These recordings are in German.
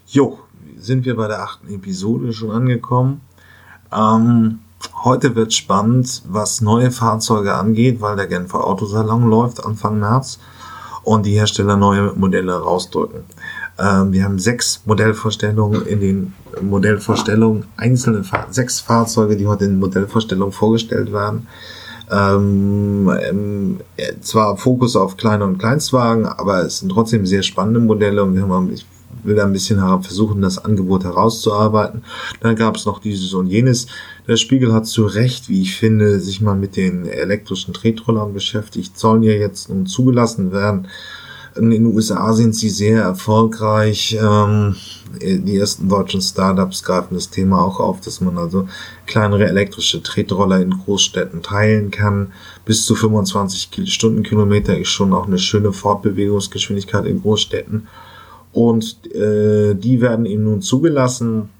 Jo, sind wir bei der 8. Episode schon angekommen. Heute wird spannend, was neue Fahrzeuge angeht, weil der Genfer Autosalon läuft Anfang März und die Hersteller neue Modelle rausdrücken. Wir haben 6 Modellvorstellungen in den Modellvorstellungen, einzelne 6 Fahrzeuge, die heute in Modellvorstellungen vorgestellt werden. Zwar Fokus auf Klein- und Kleinstwagen, aber es sind trotzdem sehr spannende Modelle und ich will da ein bisschen versuchen, das Angebot herauszuarbeiten. Dann gab es noch dieses und jenes. Der Spiegel hat zu Recht, wie ich finde, sich mal mit den elektrischen Tretrollern beschäftigt. Sollen ja jetzt nun zugelassen werden. In den USA sind sie sehr erfolgreich. Die ersten deutschen Startups greifen das Thema auch auf, dass man also kleinere elektrische Tretroller in Großstädten teilen kann. Bis zu 25 Stundenkilometer ist schon auch eine schöne Fortbewegungsgeschwindigkeit in Großstädten. Und die werden eben nun zugelassen.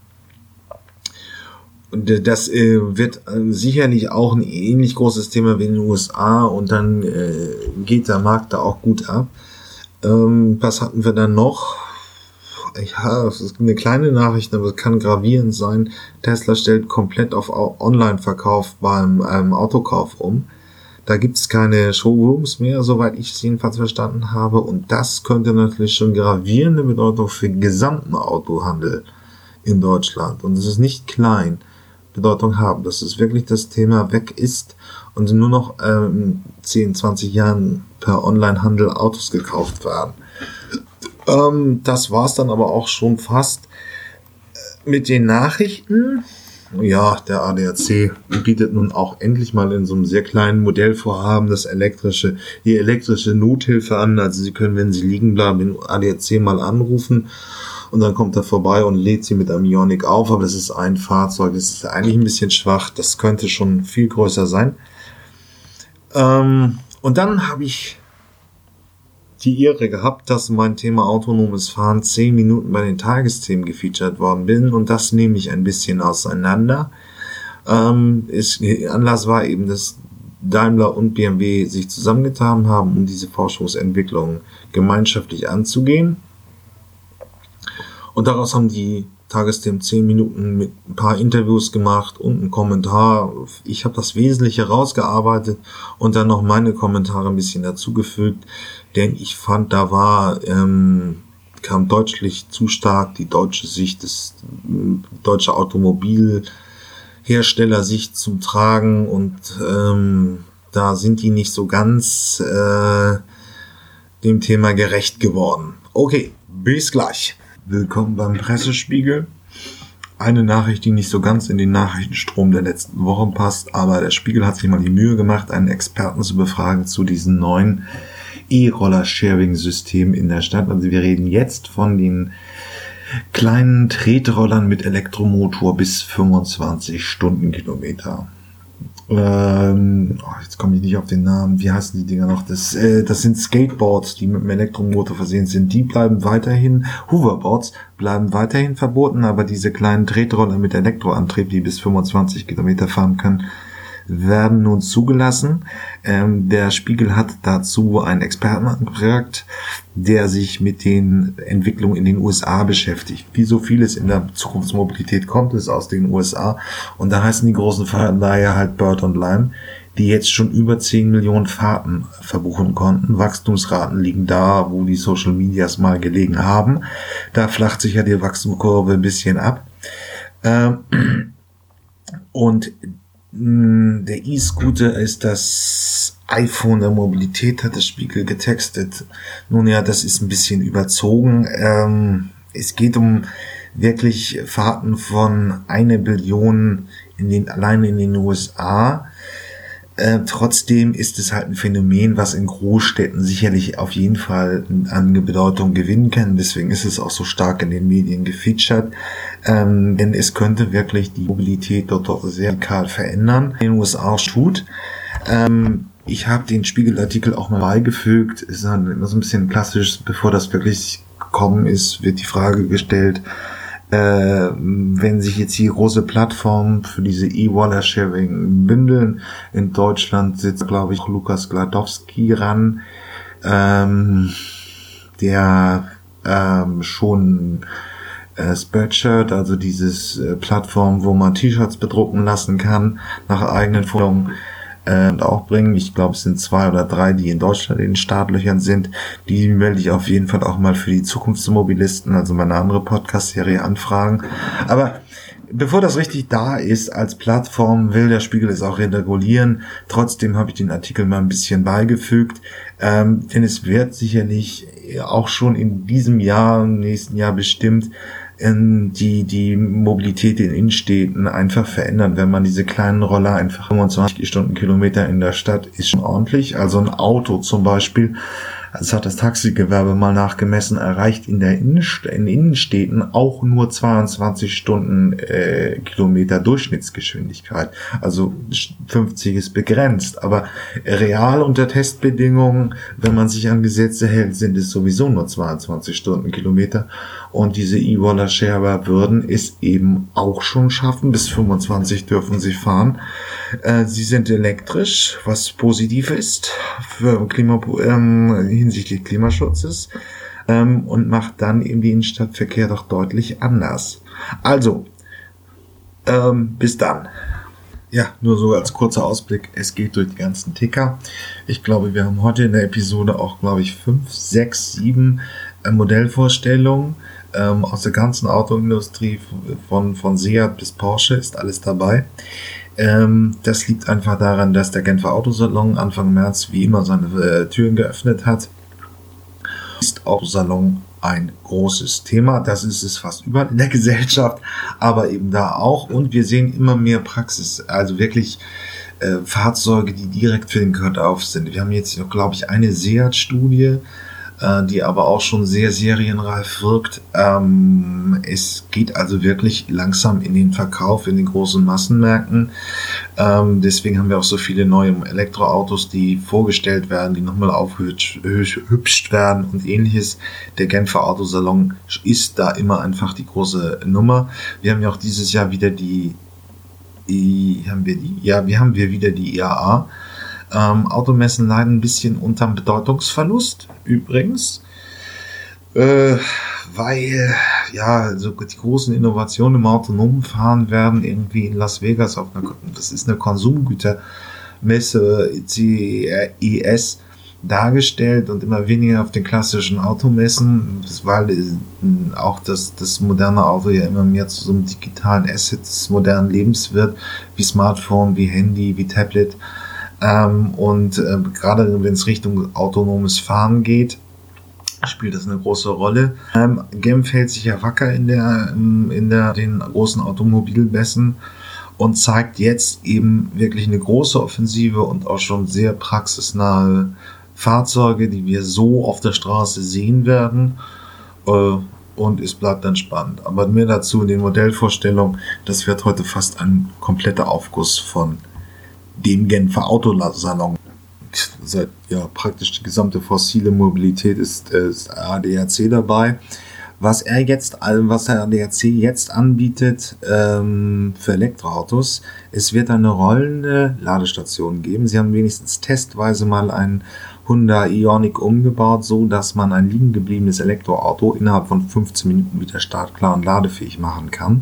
Und das wird sicherlich auch ein ähnlich großes Thema wie in den USA und dann geht der Markt da auch gut ab. Was hatten wir dann noch? Ja, es ist eine kleine Nachricht, aber es kann gravierend sein. Tesla stellt komplett auf Online-Verkauf beim Autokauf um. Da gibt's keine Showrooms mehr, soweit ich es jedenfalls verstanden habe. Und das könnte natürlich schon gravierende Bedeutung für den gesamten Autohandel in Deutschland. Und es ist nicht klein Bedeutung haben, dass es wirklich das Thema weg ist und nur noch 10, 20 Jahren per Onlinehandel Autos gekauft werden. Das war's dann aber auch schon fast mit den Nachrichten. Ja, der ADAC bietet nun auch endlich mal in so einem sehr kleinen Modellvorhaben die elektrische Nothilfe an. Also Sie können, wenn Sie liegen bleiben, den ADAC mal anrufen und dann kommt er vorbei und lädt Sie mit einem Ioniq auf. Aber das ist ein Fahrzeug, das ist eigentlich ein bisschen schwach. Das könnte schon viel größer sein. Und dann habe ich die Ehre gehabt, dass mein Thema autonomes Fahren 10 Minuten bei den Tagesthemen gefeatured worden bin und das nehme ich ein bisschen auseinander. Anlass war eben, dass Daimler und BMW sich zusammengetan haben, um diese Forschungsentwicklung gemeinschaftlich anzugehen. Und daraus haben die Tagesthemen 10 Minuten mit ein paar Interviews gemacht und einen Kommentar. Ich habe das Wesentliche rausgearbeitet und dann noch meine Kommentare ein bisschen dazugefügt, denn ich fand, kam deutlich zu stark die deutsche Sicht, deutsche Automobilherstellersicht zum Tragen und da sind die nicht so ganz dem Thema gerecht geworden. Okay, bis gleich. Willkommen beim Pressespiegel. Eine Nachricht, die nicht so ganz in den Nachrichtenstrom der letzten Wochen passt, aber der Spiegel hat sich mal die Mühe gemacht, einen Experten zu befragen zu diesen neuen E-Roller-Sharing-Systemen in der Stadt. Also wir reden jetzt von den kleinen Tretrollern mit Elektromotor bis 25 Stundenkilometer. Jetzt komme ich nicht auf den Namen. Wie heißen die Dinger noch? Das sind Skateboards, die mit einem Elektromotor versehen sind. Die bleiben weiterhin, Hoverboards bleiben weiterhin verboten, aber diese kleinen Tretroller mit Elektroantrieb, die bis 25 Kilometer fahren können, werden nun zugelassen. Der Spiegel hat dazu einen Experten angefragt, der sich mit den Entwicklungen in den USA beschäftigt. Wie so vieles in der Zukunftsmobilität kommt es aus den USA. Und da heißen die großen Verleiher halt Bird und Lime, die jetzt schon über 10 Millionen Fahrten verbuchen konnten. Wachstumsraten liegen da, wo die Social Medias mal gelegen haben. Da flacht sich ja die Wachstumskurve ein bisschen ab. Und der E-Scooter ist das iPhone der Mobilität, hat der Spiegel getextet. Nun ja, das ist ein bisschen überzogen. Es geht um wirklich Fahrten von 1 Billion allein in den USA. Trotzdem ist es halt ein Phänomen, was in Großstädten sicherlich auf jeden Fall an Bedeutung gewinnen kann. Deswegen ist es auch so stark in den Medien gefeatured. Denn es könnte wirklich die Mobilität dort sehr radikal verändern. In den USA tut. Ich habe den Spiegelartikel auch mal beigefügt. Es ist immer so ein bisschen klassisch, bevor das wirklich gekommen ist, wird die Frage gestellt, wenn sich jetzt hier große Plattformen für diese E-Roller-Sharing bündeln. In Deutschland sitzt, glaube ich, Lukas Gladowski ran, der schon Spreadshirt, also dieses Plattform, wo man T-Shirts bedrucken lassen kann, nach eigenen Vorstellungen und auch bringen. Ich glaube, es sind 2 oder 3, die in Deutschland in den Startlöchern sind. Die melde ich auf jeden Fall auch mal für die Zukunftsmobilisten, also meine andere Podcast-Serie, anfragen. Aber bevor das richtig da ist als Plattform, will der Spiegel es auch regulieren. Trotzdem habe ich den Artikel mal ein bisschen beigefügt, denn es wird sicherlich auch schon in diesem Jahr, im nächsten Jahr bestimmt, die Mobilität in Innenstädten einfach verändern. Wenn man diese kleinen Roller einfach 25 Stundenkilometer in der Stadt ist schon ordentlich. Also ein Auto zum Beispiel, das hat das Taxigewerbe mal nachgemessen, erreicht in Innenstädten auch nur 22 Stundenkilometer Durchschnittsgeschwindigkeit. Also 50 ist begrenzt. Aber real unter Testbedingungen, wenn man sich an Gesetze hält, sind es sowieso nur 22 Stundenkilometer. Und diese E-Roller-Sharer würden es eben auch schon schaffen. Bis 25 dürfen sie fahren. Sie sind elektrisch, was positiv ist für hinsichtlich Klimaschutzes, und macht dann eben den Innenstadtverkehr doch deutlich anders. Also, bis dann. Ja, nur so als kurzer Ausblick, es geht durch die ganzen Ticker. Ich glaube, wir haben heute in der Episode auch, 5, 6, 7 Modellvorstellungen aus der ganzen Autoindustrie, von Seat bis Porsche ist alles dabei. Das liegt einfach daran, dass der Genfer Autosalon Anfang März wie immer seine Türen geöffnet hat. Ist Autosalon ein großes Thema. Das ist es fast überall in der Gesellschaft, aber eben da auch. Und wir sehen immer mehr Praxis, also wirklich Fahrzeuge, die direkt für den Verkauf sind. Wir haben jetzt, glaube ich, eine Seat-Studie, die aber auch schon sehr serienreif wirkt. Es geht also wirklich langsam in den Verkauf, in den großen Massenmärkten. Deswegen haben wir auch so viele neue Elektroautos, die vorgestellt werden, die nochmal aufgehübscht werden und ähnliches. Der Genfer Autosalon ist da immer einfach die große Nummer. Wir haben ja auch dieses Jahr wieder die IAA. Automessen leiden ein bisschen unterm Bedeutungsverlust übrigens, weil so die großen Innovationen im autonomen Fahren werden irgendwie in Las Vegas das ist eine Konsumgütermesse, CES, dargestellt und immer weniger auf den klassischen Automessen, weil auch das moderne Auto ja immer mehr zu so einem digitalen Asset des modernen Lebens wird, wie Smartphone, wie Handy, wie Tablet. Gerade wenn es Richtung autonomes Fahren geht, spielt das eine große Rolle. Genf hält sich ja wacker in den großen Automobilmessen und zeigt jetzt eben wirklich eine große Offensive und auch schon sehr praxisnahe Fahrzeuge, die wir so auf der Straße sehen werden. Und es bleibt dann spannend. Aber mehr dazu in den Modellvorstellungen. Das wird heute fast ein kompletter Aufguss von dem Genfer Autosalon. Praktisch die gesamte fossile Mobilität ist ADAC dabei. Was der ADAC jetzt anbietet für Elektroautos, es wird eine rollende Ladestation geben. Sie haben wenigstens testweise mal einen Hyundai Ioniq umgebaut, so dass man ein liegen gebliebenes Elektroauto innerhalb von 15 Minuten wieder startklar und ladefähig machen kann.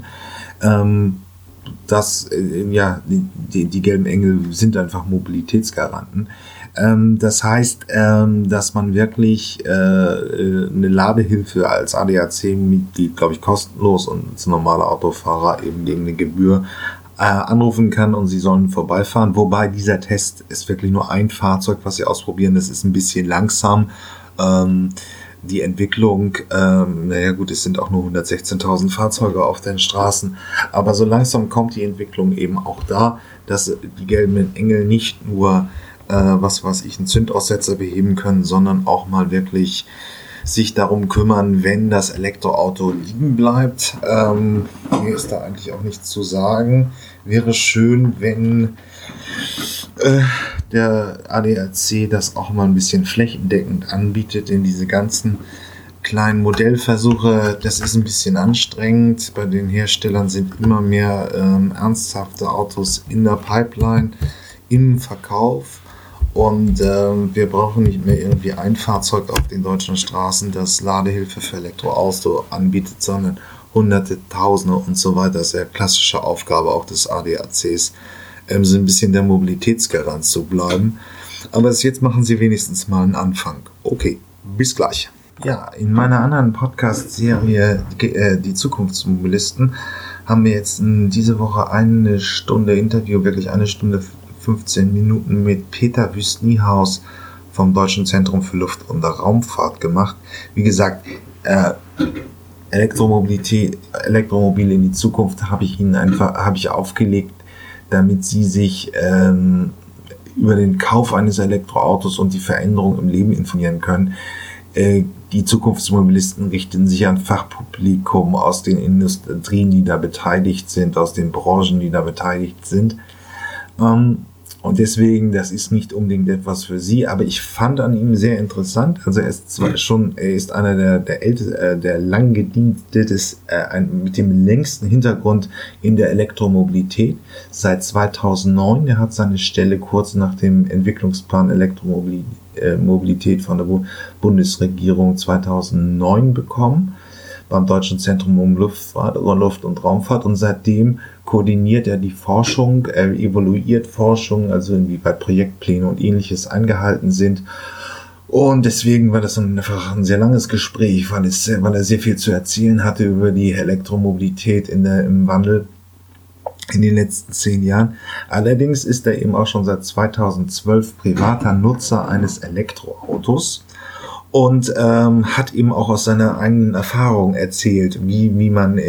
Die gelben Engel sind einfach Mobilitätsgaranten. Das heißt, dass man wirklich eine Ladehilfe als ADAC-Mitglied, glaube ich, kostenlos und als normaler Autofahrer eben gegen eine Gebühr anrufen kann und sie sollen vorbeifahren. Wobei dieser Test ist wirklich nur ein Fahrzeug, was sie ausprobieren. Das ist ein bisschen langsam. Die Entwicklung, es sind auch nur 116.000 Fahrzeuge auf den Straßen, aber so langsam kommt die Entwicklung eben auch da, dass die gelben Engel nicht nur einen Zündaussetzer beheben können, sondern auch mal wirklich sich darum kümmern, wenn das Elektroauto liegen bleibt. Mir ist da eigentlich auch nichts zu sagen. Wäre schön, wenn der ADAC das auch mal ein bisschen flächendeckend anbietet, in diese ganzen kleinen Modellversuche. Das ist ein bisschen anstrengend. Bei den Herstellern sind immer mehr ernsthafte Autos in der Pipeline, im Verkauf. Und wir brauchen nicht mehr irgendwie ein Fahrzeug auf den deutschen Straßen, das Ladehilfe für Elektroauto anbietet, sondern Hunderte, Tausende und so weiter. Das ist ja klassische Aufgabe auch des ADACs, so ein bisschen der Mobilitätsgarant zu bleiben. Aber jetzt machen sie wenigstens mal einen Anfang. Okay, bis gleich. Ja, in meiner anderen Podcast-Serie, die Zukunftsmobilisten, haben wir jetzt diese Woche eine Stunde Interview, wirklich 1 Stunde 15 Minuten mit Peter Wüst-Niehaus vom Deutschen Zentrum für Luft- und Raumfahrt gemacht. Wie gesagt, Elektromobil in die Zukunft habe ich aufgelegt, damit Sie sich über den Kauf eines Elektroautos und die Veränderung im Leben informieren können. Die Zukunftsmobilisten richten sich an Fachpublikum aus den Industrien, die da beteiligt sind, aus den Branchen, die da beteiligt sind. Und deswegen, das ist nicht unbedingt etwas für Sie, aber ich fand an ihm sehr interessant. Also er ist einer der ältesten, der lang gediente, mit dem längsten Hintergrund in der Elektromobilität seit 2009. Er hat seine Stelle kurz nach dem Entwicklungsplan Elektromobilität von der Bundesregierung 2009 bekommen beim Deutschen Zentrum um Luft- und Raumfahrt, und seitdem koordiniert er die Forschung, evaluiert Forschung, also inwieweit Projektpläne und ähnliches eingehalten sind. Und deswegen war das einfach ein sehr langes Gespräch, weil er sehr viel zu erzählen hatte über die Elektromobilität im Wandel in den letzten 10 Jahren. Allerdings ist er eben auch schon seit 2012 privater Nutzer eines Elektroautos und hat eben auch aus seiner eigenen Erfahrung erzählt, wie man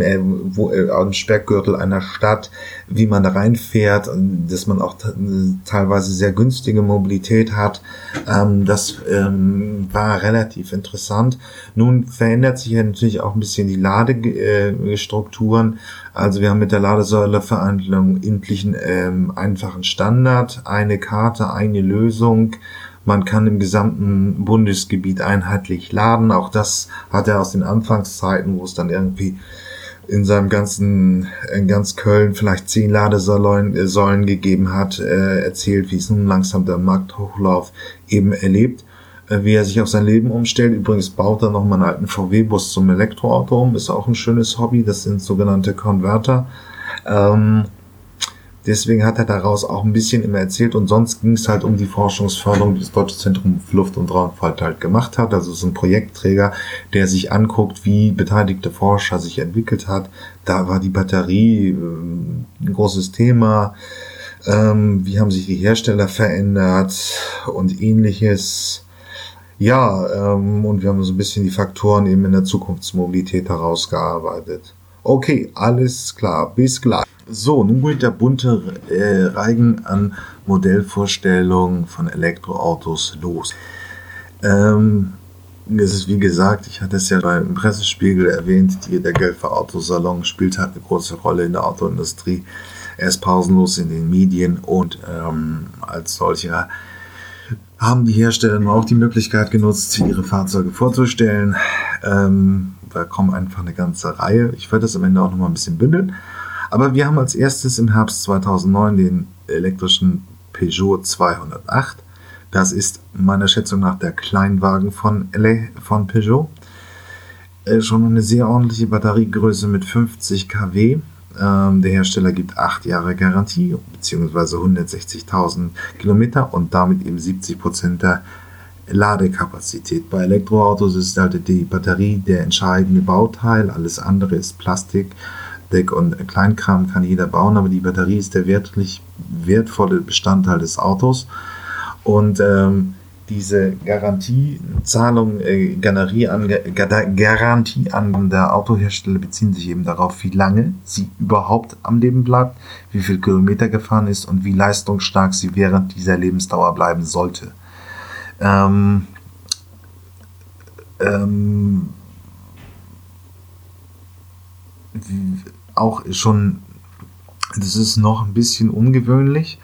am Speckgürtel einer Stadt, wie man da reinfährt, und dass man auch teilweise sehr günstige Mobilität hat. Das war relativ interessant. Nun verändert sich ja natürlich auch ein bisschen die Ladestrukturen. Also wir haben mit der Ladesäuleverhandlung endlich einen einfachen Standard, eine Karte, eine Lösung. Man kann im gesamten Bundesgebiet einheitlich laden. Auch das hat er aus den Anfangszeiten, wo es dann irgendwie in ganz Köln vielleicht 10 Ladesäulen gegeben hat, erzählt, wie es nun langsam der Markthochlauf eben erlebt, wie er sich auf sein Leben umstellt. Übrigens baut er nochmal einen alten VW-Bus zum Elektroauto um. Ist auch ein schönes Hobby. Das sind sogenannte Konverter. Deswegen hat er daraus auch ein bisschen immer erzählt, und sonst ging es halt um die Forschungsförderung, die das Deutsche Zentrum für Luft- und Raumfahrt halt gemacht hat. Also es ist ein Projektträger, der sich anguckt, wie beteiligte Forscher sich entwickelt hat. Da war die Batterie ein großes Thema. Wie haben sich die Hersteller verändert und ähnliches. Ja, und wir haben so ein bisschen die Faktoren eben in der Zukunftsmobilität herausgearbeitet. Okay, alles klar, bis gleich. So, nun geht der bunte Reigen an Modellvorstellungen von Elektroautos los. Es ist, wie gesagt, ich hatte es ja beim Pressespiegel erwähnt, der Genfer Autosalon spielt halt eine große Rolle in der Autoindustrie. Er ist pausenlos in den Medien, und als solcher haben die Hersteller nun auch die Möglichkeit genutzt, ihre Fahrzeuge vorzustellen. Da kommen einfach eine ganze Reihe. Ich werde das am Ende auch nochmal ein bisschen bündeln. Aber wir haben als erstes im Herbst 2009 den elektrischen Peugeot 208. Das ist meiner Schätzung nach der Kleinwagen von Peugeot. Schon eine sehr ordentliche Batteriegröße mit 50 kW. Der Hersteller gibt 8 Jahre Garantie bzw. 160.000 Kilometer und damit eben 70% der Ladekapazität. Bei Elektroautos ist halt die Batterie der entscheidende Bauteil. Alles andere ist Plastik. Deck und Kleinkram kann jeder bauen, aber die Batterie ist der wirklich wertvolle Bestandteil des Autos. Und diese Garantiezahlung, Garantieangaben der Autohersteller beziehen sich eben darauf, wie lange sie überhaupt am Leben bleibt, wie viel Kilometer gefahren ist und wie leistungsstark sie während dieser Lebensdauer bleiben sollte. Auch schon, das ist noch ein bisschen ungewöhnlich,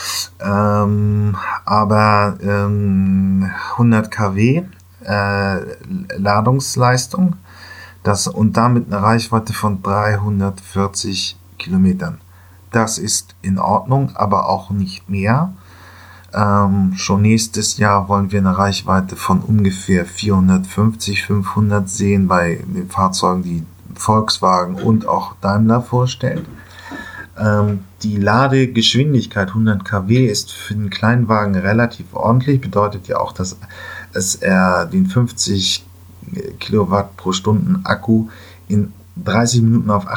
aber 100 kW Ladungsleistung, und damit eine Reichweite von 340 Kilometern. Das ist in Ordnung, aber auch nicht mehr. Schon nächstes Jahr wollen wir eine Reichweite von ungefähr 450, 500 sehen bei den Fahrzeugen, die Volkswagen und auch Daimler vorstellt. Die Ladegeschwindigkeit 100 kW ist für den Kleinwagen relativ ordentlich, bedeutet ja auch, dass er den 50 Kilowatt pro Stunden Akku in 30 Minuten auf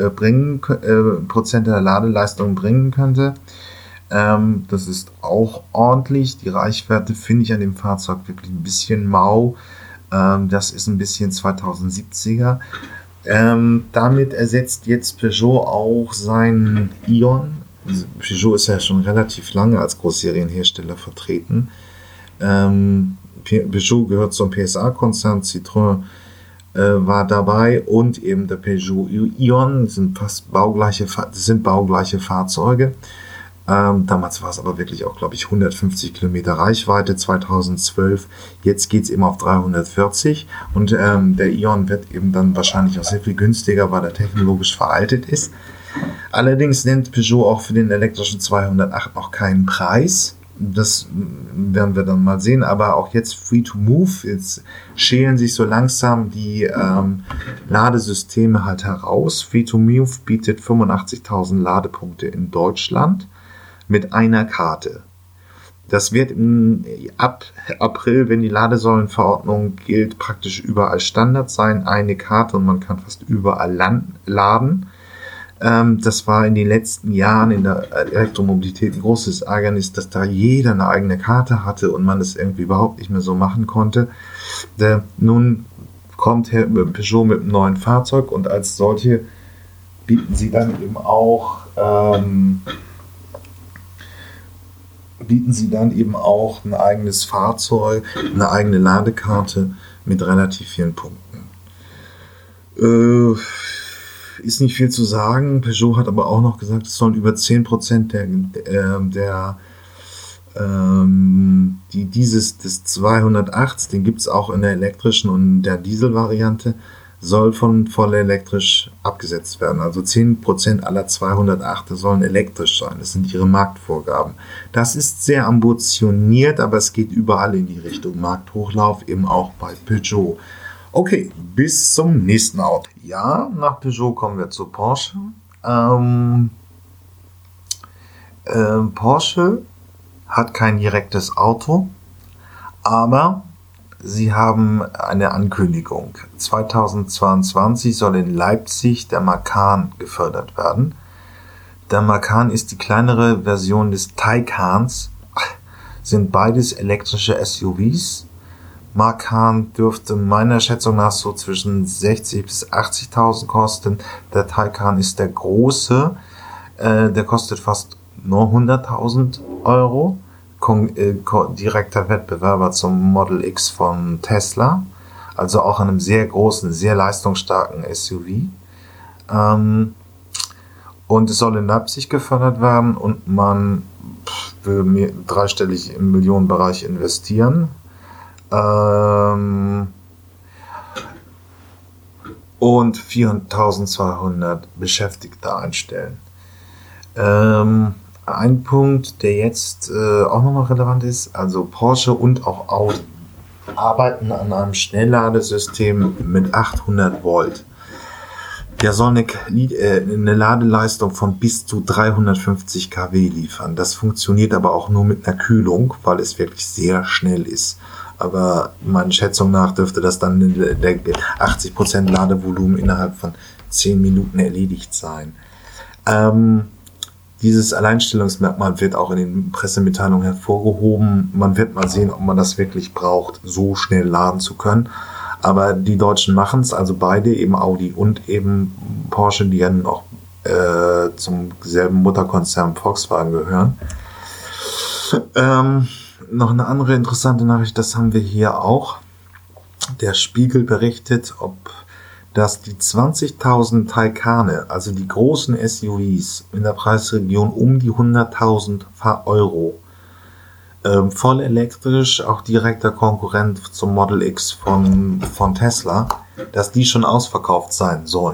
80% der Ladeleistung bringen könnte. Das ist auch ordentlich. Die Reichweite finde ich an dem Fahrzeug wirklich ein bisschen mau. Das ist ein bisschen 2070er. Damit ersetzt jetzt Peugeot auch seinen Ion. Also Peugeot ist ja schon relativ lange als Großserienhersteller vertreten. Peugeot gehört zum PSA-Konzern, Citroën war dabei und eben der Peugeot Ion, sind baugleiche Fahrzeuge. Damals war es aber wirklich auch, glaube ich, 150 Kilometer Reichweite 2012. Jetzt geht es eben auf 340 und der Ion wird eben dann wahrscheinlich auch sehr viel günstiger, weil er technologisch veraltet ist. Allerdings nennt Peugeot auch für den elektrischen 208 noch keinen Preis. Das werden wir dann mal sehen, aber auch jetzt Free to Move, jetzt schälen sich so langsam die Ladesysteme halt heraus. Free to Move bietet 85.000 Ladepunkte in Deutschland mit einer Karte. Das wird ab April, wenn die Ladesäulenverordnung gilt, praktisch überall Standard sein. Eine Karte und man kann fast überall laden. Das war in den letzten Jahren in der Elektromobilität ein großes Ärgernis, dass da jeder eine eigene Karte hatte und man es irgendwie überhaupt nicht mehr so machen konnte. Nun kommt Peugeot mit einem neuen Fahrzeug und als solche bieten sie dann eben auch ein eigenes Fahrzeug, eine eigene Ladekarte mit relativ vielen Punkten. Ist nicht viel zu sagen. Peugeot hat aber auch noch gesagt, es sollen über 10% des 208, den gibt es auch in der elektrischen und der Dieselvariante, soll von voll elektrisch abgesetzt werden. Also 10% aller 208 sollen elektrisch sein. Das sind ihre Marktvorgaben. Das ist sehr ambitioniert, aber es geht überall in die Richtung Markthochlauf, eben auch bei Peugeot. Okay, bis zum nächsten Auto. Ja, nach Peugeot kommen wir zu Porsche. Porsche hat kein direktes Auto, aber sie haben eine Ankündigung. 2022 soll in Leipzig der Macan gefördert werden. Der Macan ist die kleinere Version des Taycans, sind beides elektrische SUVs. Macan dürfte meiner Schätzung nach so zwischen 60.000 bis 80.000 kosten. Der Taycan ist der große, der kostet fast nur 100.000 Euro. Direkter Wettbewerber zum Model X von Tesla, also auch einem sehr großen, sehr leistungsstarken SUV. Und es soll in Leipzig gefördert werden und man will dreistellig im Millionenbereich investieren. Und 4.200 Beschäftigte einstellen. Ein Punkt, der jetzt auch nochmal relevant ist, also Porsche und auch Audi arbeiten an einem Schnellladesystem mit 800 Volt. Der soll eine Ladeleistung von bis zu 350 kW liefern. Das funktioniert aber auch nur mit einer Kühlung, weil es wirklich sehr schnell ist. Aber meiner Schätzung nach dürfte das dann der 80% Ladevolumen innerhalb von 10 Minuten erledigt sein. Dieses Alleinstellungsmerkmal wird auch in den Pressemitteilungen hervorgehoben. Man wird mal sehen, ob man das wirklich braucht, so schnell laden zu können. Aber die Deutschen machen es, also beide, eben Audi und eben Porsche, die ja auch zum selben Mutterkonzern Volkswagen gehören. Noch eine andere interessante Nachricht, das haben wir hier auch. Der Spiegel berichtet, dass die 20.000 Taycane, also die großen SUVs in der Preisregion um die 100.000 Euro, voll elektrisch, auch direkter Konkurrent zum Model X von Tesla, dass die schon ausverkauft sein sollen.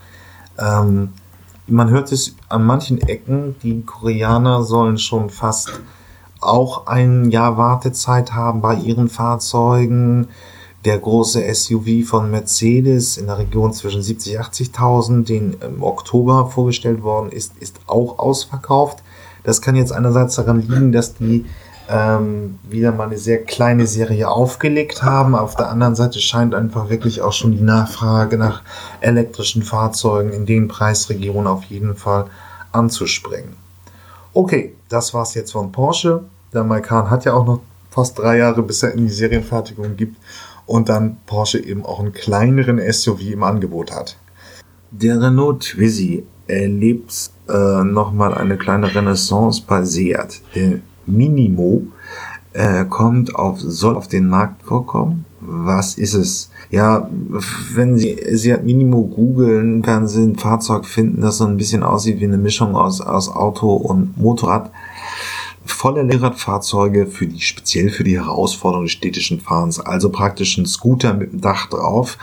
Man hört es an manchen Ecken, die Koreaner sollen schon fast auch ein Jahr Wartezeit haben bei ihren Fahrzeugen. Der große SUV von Mercedes in der Region zwischen 70.000 und 80.000, den im Oktober vorgestellt worden ist, ist auch ausverkauft. Das kann jetzt einerseits daran liegen, dass die wieder mal eine sehr kleine Serie aufgelegt haben. Auf der anderen Seite scheint einfach wirklich auch schon die Nachfrage nach elektrischen Fahrzeugen in den Preisregionen auf jeden Fall anzuspringen. Okay, das war's jetzt von Porsche. Der Macan hat ja auch noch fast 3 Jahre, bis er in die Serienfertigung gibt und dann Porsche eben auch einen kleineren SUV im Angebot hat. Der Renault Twizy erlebt nochmal eine kleine Renaissance bei Seat. Der Minimo soll auf den Markt vorkommen. Was ist es? Ja, wenn Sie Seat Minimo googeln, werden Sie ein Fahrzeug finden, das so ein bisschen aussieht wie eine Mischung aus Auto und Motorrad. Volle Leerradfahrzeuge speziell für die Herausforderung des städtischen Fahrens, also praktisch ein Scooter mit dem Dach drauf.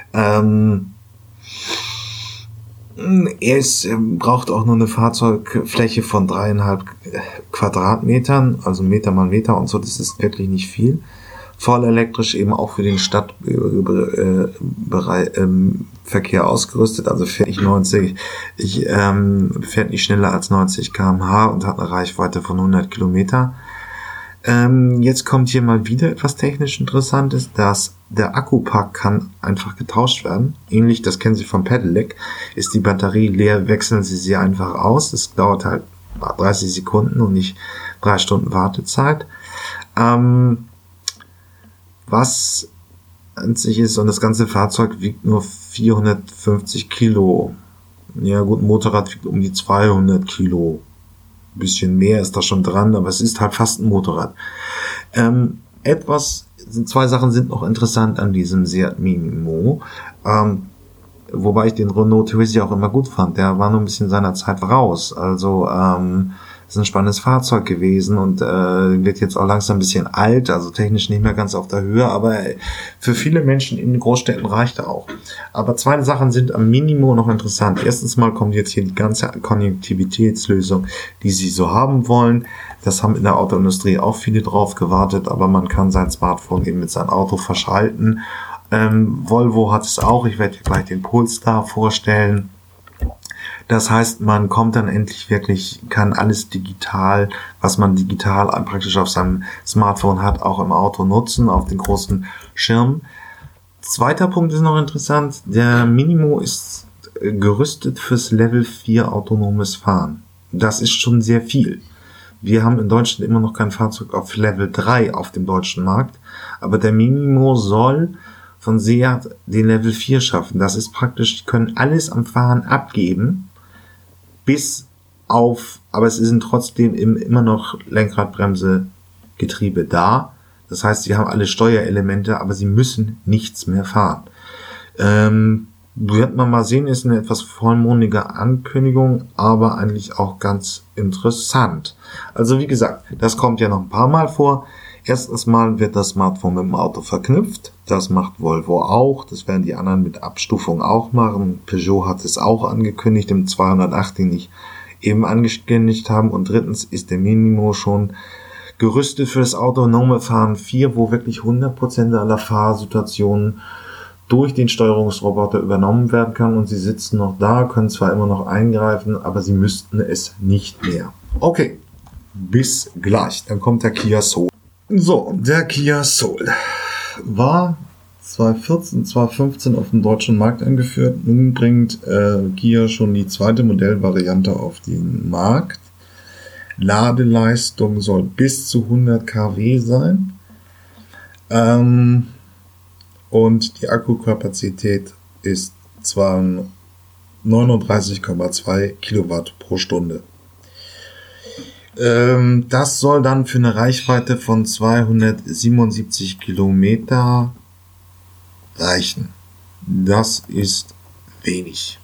Braucht auch nur eine Fahrzeugfläche von 3,5 Quadratmetern, also Meter mal Meter und so, das ist wirklich nicht viel. Voll elektrisch eben auch für den Stadtverkehr ausgerüstet, also fährt nicht schneller als 90 km/h und hat eine Reichweite von 100 Kilometer. Jetzt kommt hier mal wieder etwas technisch Interessantes, dass der Akkupack kann einfach getauscht werden. Ähnlich, das kennen Sie vom Pedelec, ist die Batterie leer, wechseln Sie sie einfach aus. Es dauert halt 30 Sekunden und nicht 3 Stunden Wartezeit. Was an sich ist, und das ganze Fahrzeug wiegt nur 450 Kilo. Ja gut, ein Motorrad wiegt um die 200 Kilo. Ein bisschen mehr ist da schon dran, aber es ist halt fast ein Motorrad. Zwei Sachen sind noch interessant an diesem Seat Minimo. Wobei ich den Renault Twizy auch immer gut fand. Der war nur ein bisschen seiner Zeit voraus. Also ist ein spannendes Fahrzeug gewesen und wird jetzt auch langsam ein bisschen alt, also technisch nicht mehr ganz auf der Höhe, aber für viele Menschen in Großstädten reicht er auch. Aber 2 Sachen sind am Minimo noch interessant. Erstens mal kommt jetzt hier die ganze Konnektivitätslösung, die Sie so haben wollen. Das haben in der Autoindustrie auch viele drauf gewartet, aber man kann sein Smartphone eben mit seinem Auto verschalten. Volvo hat es auch, ich werde hier gleich den Polestar vorstellen. Das heißt, man kommt dann endlich wirklich, kann alles digital, was man digital praktisch auf seinem Smartphone hat, auch im Auto nutzen, auf den großen Schirm. Zweiter Punkt ist noch interessant, der Minimo ist gerüstet fürs Level 4 autonomes Fahren. Das ist schon sehr viel. Wir haben in Deutschland immer noch kein Fahrzeug auf Level 3 auf dem deutschen Markt, aber der Minimo soll von Seat den Level 4 schaffen. Das ist praktisch, die können alles am Fahren abgeben, aber es sind trotzdem immer noch Lenkrad, Bremse, Getriebe da. Das heißt, sie haben alle Steuerelemente, aber sie müssen nichts mehr fahren. Wird man mal sehen, ist eine etwas vollmundige Ankündigung, aber eigentlich auch ganz interessant. Also wie gesagt, das kommt ja noch ein paar Mal vor. Erstens mal wird das Smartphone mit dem Auto verknüpft. Das macht Volvo auch. Das werden die anderen mit Abstufung auch machen. Peugeot hat es auch angekündigt im 208, den ich eben angekündigt habe. Und drittens ist der Minimo schon gerüstet für das autonome Fahren 4, wo wirklich 100% aller Fahrsituationen durch den Steuerungsroboter übernommen werden kann. Und sie sitzen noch da, können zwar immer noch eingreifen, aber sie müssten es nicht mehr. Okay, bis gleich. Dann kommt der Kia Soul. So, der Kia Soul war 2014, 2015 auf dem deutschen Markt eingeführt. Nun bringt Kia schon die 2. Modellvariante auf den Markt. Ladeleistung soll bis zu 100 kW sein. Und die Akkukapazität ist 39,2 Kilowatt pro Stunde. Das soll dann für eine Reichweite von 277 Kilometer reichen. Das ist wenig.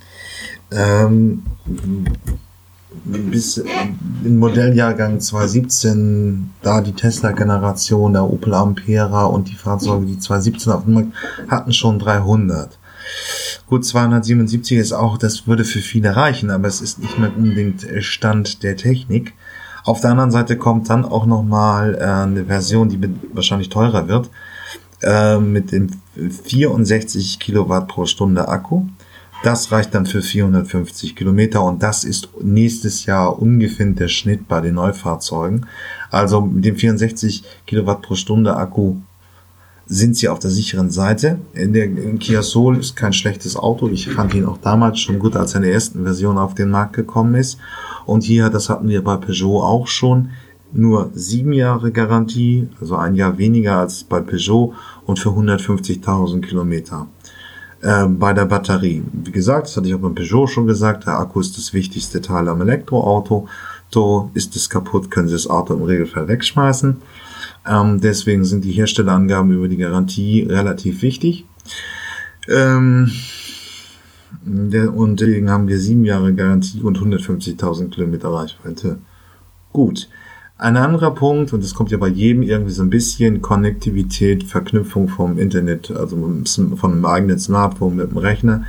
Bis im Modelljahrgang 2017, da die Tesla-Generation, der Opel Ampera und die Fahrzeuge, die 2017 auf dem Markt hatten, schon 300. Gut, 277 ist auch, das würde für viele reichen, aber es ist nicht mehr unbedingt Stand der Technik. Auf der anderen Seite kommt dann auch nochmal eine Version, die wahrscheinlich teurer wird. mit dem 64 Kilowatt pro Stunde Akku. Das reicht dann für 450 Kilometer und das ist nächstes Jahr ungefähr der Schnitt bei den Neufahrzeugen. Also mit dem 64 Kilowatt pro Stunde Akku sind sie auf der sicheren Seite. Der Kia Soul ist kein schlechtes Auto. Ich fand ihn auch damals schon gut, als er in der ersten Version auf den Markt gekommen ist. Und hier, das hatten wir bei Peugeot auch schon, nur 7 Jahre Garantie, also ein Jahr weniger als bei Peugeot und für 150.000 Kilometer. Bei der Batterie. Wie gesagt, das hatte ich auch beim Peugeot schon gesagt, der Akku ist das wichtigste Teil am Elektroauto. So ist es kaputt, können Sie das Auto im Regelfall wegschmeißen. Deswegen sind die Herstellerangaben über die Garantie relativ wichtig. Und deswegen haben wir 7 Jahre Garantie und 150.000 Kilometer Reichweite. Gut. Ein anderer Punkt, und das kommt ja bei jedem irgendwie so ein bisschen, Konnektivität, Verknüpfung vom Internet, also von einem eigenen Smartphone mit dem Rechner.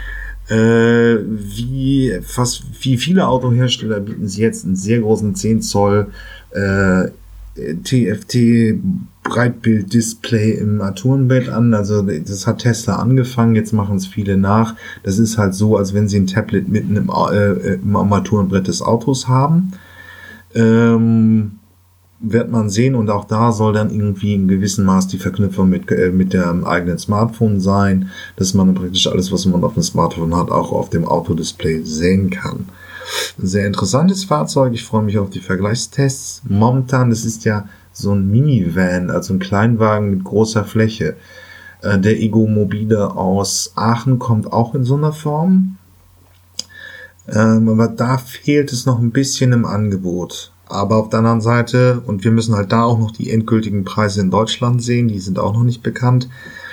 Wie viele Autohersteller bieten sie jetzt einen sehr großen 10 Zoll TFT Breitbild-Display im Armaturenbrett an. Also das hat Tesla angefangen, jetzt machen es viele nach. Das ist halt so, als wenn sie ein Tablet mitten im Armaturenbrett des Autos haben. Wird man sehen, und auch da soll dann irgendwie in gewissem Maß die Verknüpfung mit dem eigenen Smartphone sein, dass man dann praktisch alles, was man auf dem Smartphone hat, auch auf dem Autodisplay sehen kann. Ein sehr interessantes Fahrzeug, ich freue mich auf die Vergleichstests. Momentan, das ist ja so ein Minivan, also ein Kleinwagen mit großer Fläche. Der Ego Mobile aus Aachen kommt auch in so einer Form. Aber da fehlt es noch ein bisschen im Angebot. Aber auf der anderen Seite, und wir müssen halt da auch noch die endgültigen Preise in Deutschland sehen, die sind auch noch nicht bekannt.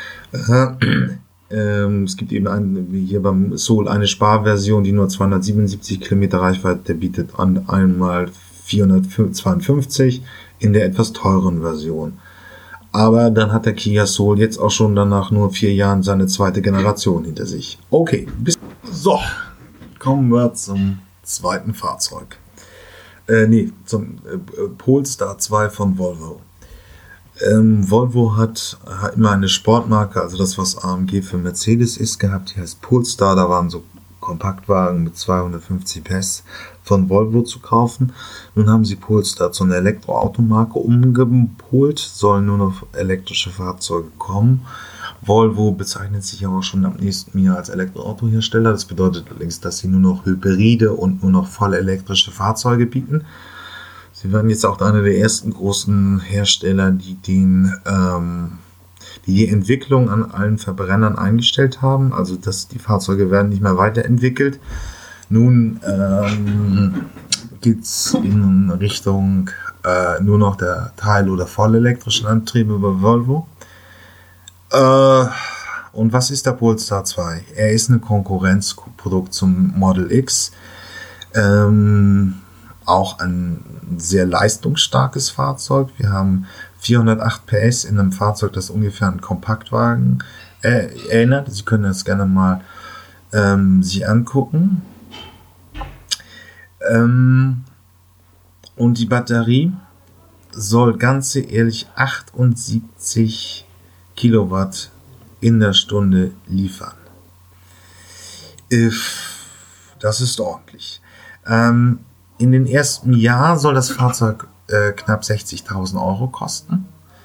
Es gibt eben hier beim Soul eine Sparversion, die nur 277 Kilometer Reichweite, der bietet an einmal 452 in der etwas teuren Version. Aber dann hat der Kia Soul jetzt auch schon danach nur 4 Jahren seine zweite Generation hinter sich. Okay, so. Kommen wir zum zweiten Fahrzeug. Zum Polestar 2 von Volvo. Volvo hat immer eine Sportmarke, also das, was AMG für Mercedes ist, gehabt. Die heißt Polestar. Da waren so Kompaktwagen mit 250 PS von Volvo zu kaufen. Nun haben sie Polestar zu einer Elektroautomarke umgepolt, sollen nur noch elektrische Fahrzeuge kommen. Volvo bezeichnet sich aber schon ab nächsten Jahr als Elektroautohersteller. Das bedeutet allerdings, dass sie nur noch Hybride und nur noch voll elektrische Fahrzeuge bieten. Sie werden jetzt auch einer der ersten großen Hersteller, die die Entwicklung an allen Verbrennern eingestellt haben. Also die Fahrzeuge werden nicht mehr weiterentwickelt. Nun geht es in Richtung nur noch der Teil- oder voll elektrischen Antriebe bei Volvo. Und was ist der Polestar 2? Er ist ein Konkurrenzprodukt zum Model X. Auch ein sehr leistungsstarkes Fahrzeug. Wir haben 408 PS in einem Fahrzeug, das ungefähr einen Kompaktwagen erinnert. Sie können das gerne mal sich angucken. Und die Batterie soll ganze ehrlich 78 Kilowatt in der Stunde liefern. Das ist ordentlich. In den ersten Jahr soll das Fahrzeug knapp 60.000 Euro kosten.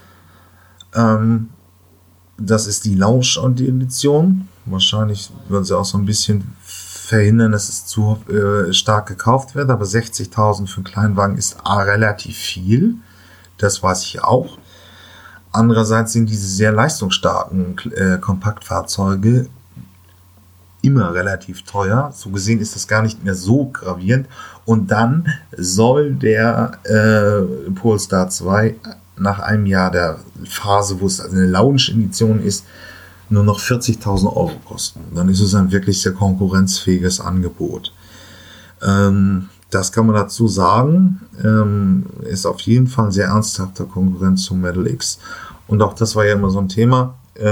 Das ist die Launch-Edition. Wahrscheinlich würden sie auch so ein bisschen verhindern, dass es zu stark gekauft wird, aber 60.000 für einen Kleinwagen ist relativ viel. Das weiß ich auch. Andererseits sind diese sehr leistungsstarken Kompaktfahrzeuge immer relativ teuer. So gesehen ist das gar nicht mehr so gravierend. Und dann soll der Polestar 2 nach einem Jahr der Phase, wo es also eine Launch-Edition ist, nur noch 40.000 Euro kosten. Dann ist es ein wirklich sehr konkurrenzfähiges Angebot. Das kann man dazu sagen. Ist auf jeden Fall ein sehr ernsthafter Konkurrenz zum Model X. Und auch das war ja immer so ein Thema.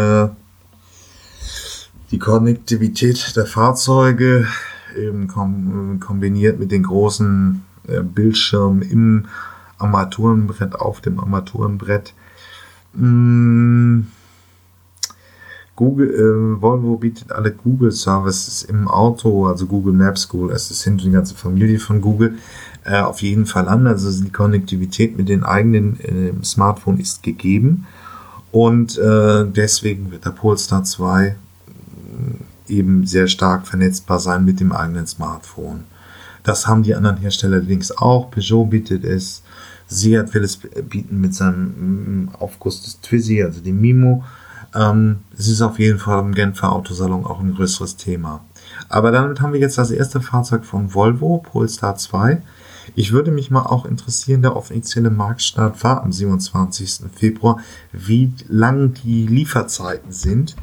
Die Konnektivität der Fahrzeuge eben kombiniert mit den großen Bildschirmen im Armaturenbrett, auf dem Armaturenbrett. Volvo bietet alle Google-Services im Auto, also Google Maps, Google Assistant, die ganze Familie von Google, auf jeden Fall an. Also die Konnektivität mit den eigenen Smartphone ist gegeben. Und deswegen wird der Polestar 2 eben sehr stark vernetzbar sein mit dem eigenen Smartphone. Das haben die anderen Hersteller allerdings auch. Peugeot bietet es, Seat will es bieten mit seinem Aufguss des Twizy, also dem Mimo. Es ist auf jeden Fall im Genfer Autosalon auch ein größeres Thema. Aber damit haben wir jetzt das erste Fahrzeug von Volvo, Polestar 2. Ich würde mich mal auch interessieren, der offizielle Marktstart war am 27. Februar, wie lang die Lieferzeiten sind.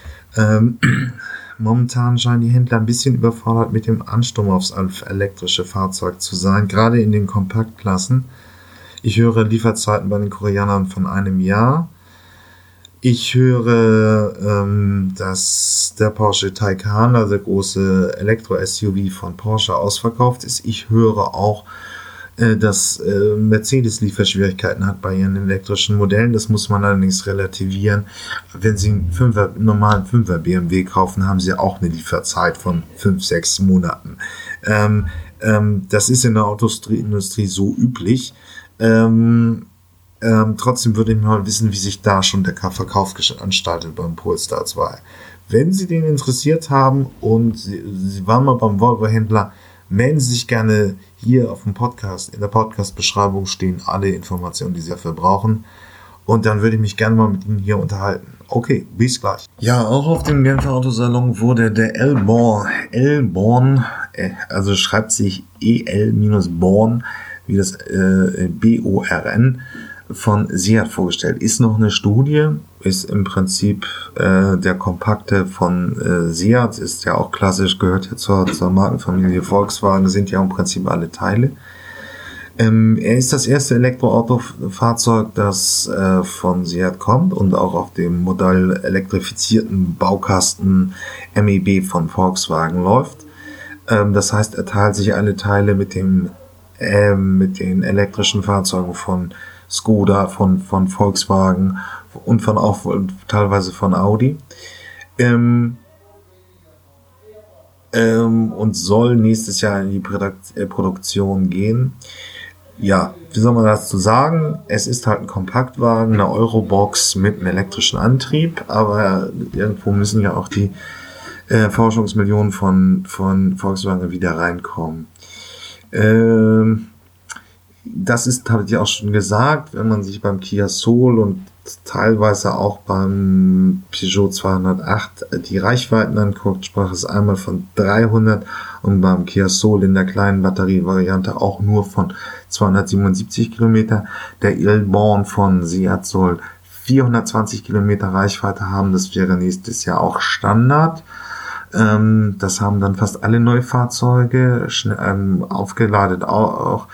Momentan scheinen die Händler ein bisschen überfordert mit dem Ansturm aufs elektrische Fahrzeug zu sein, gerade in den Kompaktklassen. Ich höre Lieferzeiten bei den Koreanern von einem Jahr. Ich höre, dass der Porsche Taycan, also der große Elektro-SUV von Porsche, ausverkauft ist. Ich höre auch, dass Mercedes Lieferschwierigkeiten hat bei ihren elektrischen Modellen. Das muss man allerdings relativieren. Wenn Sie einen normalen 5er BMW kaufen, haben Sie auch eine Lieferzeit von 5-6 Monaten. Das ist in der Autoindustrie so üblich. Trotzdem würde ich mal wissen, wie sich da schon der Verkauf veranstaltet beim Polestar 2. Wenn Sie den interessiert haben und Sie waren mal beim Volvo-Händler, melden Sie sich gerne hier auf dem Podcast. In der Podcast-Beschreibung stehen alle Informationen, die Sie dafür brauchen. Und dann würde ich mich gerne mal mit Ihnen hier unterhalten. Okay, bis gleich. Ja, auch auf dem Genfer Autosalon wurde der L-Born, also schreibt sich EL-Born, wie das BORN, von Seat vorgestellt. Ist noch eine Studie, ist im Prinzip der Kompakte von Seat, ist ja auch klassisch, gehört ja zur Markenfamilie Volkswagen, sind ja im Prinzip alle Teile. Er ist das erste Elektroautofahrzeug, das von Seat kommt und auch auf dem Modell elektrifizierten Baukasten MEB von Volkswagen läuft. Das heißt, er teilt sich alle Teile mit den elektrischen Fahrzeugen von Skoda, von Volkswagen und teilweise von Audi. Und soll nächstes Jahr in die Produktion gehen. Ja, wie soll man dazu sagen? Es ist halt ein Kompaktwagen, eine Eurobox mit einem elektrischen Antrieb, aber irgendwo müssen ja auch die Forschungsmillionen von Volkswagen wieder reinkommen. Das ist, habe ich ja auch schon gesagt, wenn man sich beim Kia Soul und teilweise auch beim Peugeot 208 die Reichweiten anguckt, sprach es einmal von 300 und beim Kia Soul in der kleinen Batterievariante auch nur von 277 Kilometer. Der L-Born von Seat soll 420 Kilometer Reichweite haben, das wäre nächstes Jahr auch Standard. Das haben dann fast alle Neufahrzeuge, aufgeladen auch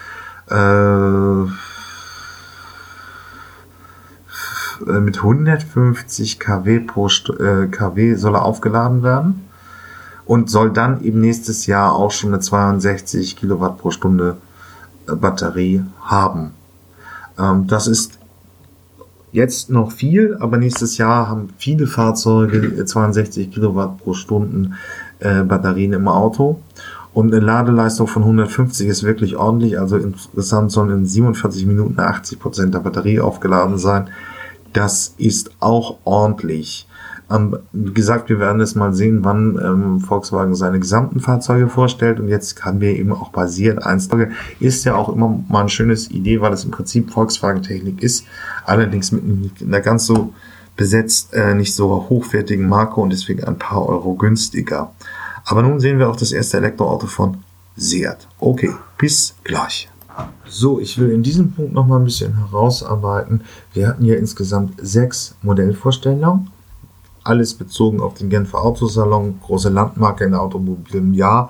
mit 150 kW soll er aufgeladen werden und soll dann eben nächstes Jahr auch schon eine 62 Kilowatt pro Stunde Batterie haben. Das ist jetzt noch viel, aber nächstes Jahr haben viele Fahrzeuge 62 Kilowatt pro Stunden Batterien im Auto. Und eine Ladeleistung von 150 ist wirklich ordentlich. Also insgesamt sollen in 47 Minuten 80% der Batterie aufgeladen sein. Das ist auch ordentlich. Wie gesagt, wir werden es mal sehen, wann Volkswagen seine gesamten Fahrzeuge vorstellt. Und jetzt haben wir eben auch bei Seat eins. Ist ja auch immer mal eine schöne Idee, weil es im Prinzip Volkswagen-Technik ist. Allerdings mit einer ganz so besetzt, nicht so hochwertigen Marke und deswegen ein paar Euro günstiger. Aber nun sehen wir auch das erste Elektroauto von Seat. Okay, bis gleich. So, ich will in diesem Punkt noch mal ein bisschen herausarbeiten. Wir hatten ja insgesamt 6 Modellvorstellungen. Alles bezogen auf den Genfer Autosalon, große Landmarke in der Automobil im Jahr.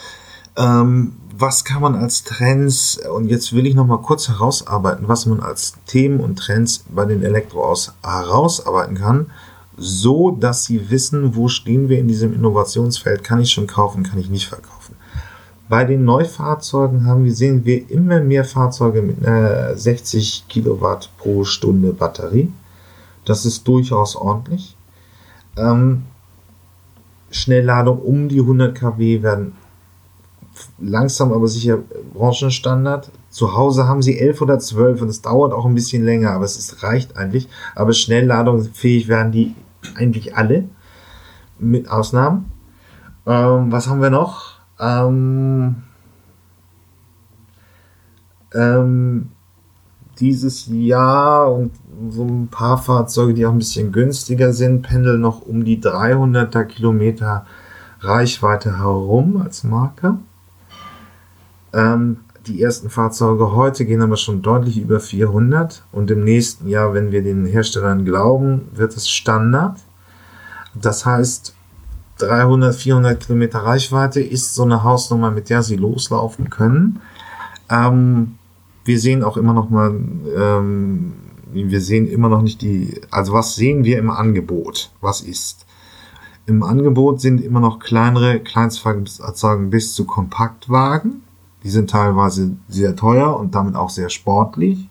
Was kann man als Trends, und jetzt will ich noch mal kurz herausarbeiten, was man als Themen und Trends bei den Elektroautos herausarbeiten kann, so dass Sie wissen, wo stehen wir in diesem Innovationsfeld, kann ich schon kaufen, kann ich nicht verkaufen. Bei den Neufahrzeugen sehen wir immer mehr Fahrzeuge mit einer 60 Kilowatt pro Stunde Batterie. Das ist durchaus ordentlich. Ähm, Schnellladung um die 100 kW werden langsam aber sicher Branchenstandard. Zu Hause haben sie 11 oder 12 und es dauert auch ein bisschen länger, aber reicht eigentlich. Aber schnellladungsfähig werden die eigentlich alle, mit Ausnahmen. Was haben wir noch? Dieses Jahr und so ein paar Fahrzeuge, die auch ein bisschen günstiger sind, pendeln noch um die 300er Kilometer Reichweite herum als Marke. Die ersten Fahrzeuge heute gehen aber schon deutlich über 400 und im nächsten Jahr, wenn wir den Herstellern glauben, wird es Standard. Das heißt, 300, 400 Kilometer Reichweite ist so eine Hausnummer, mit der sie loslaufen können. Wir sehen auch immer noch mal, wir sehen immer noch nicht also was sehen wir im Angebot? Was ist? Im Angebot sind immer noch kleinere Kleinstfahrzeuge bis zu Kompaktwagen. Die sind teilweise sehr teuer und damit auch sehr sportlich.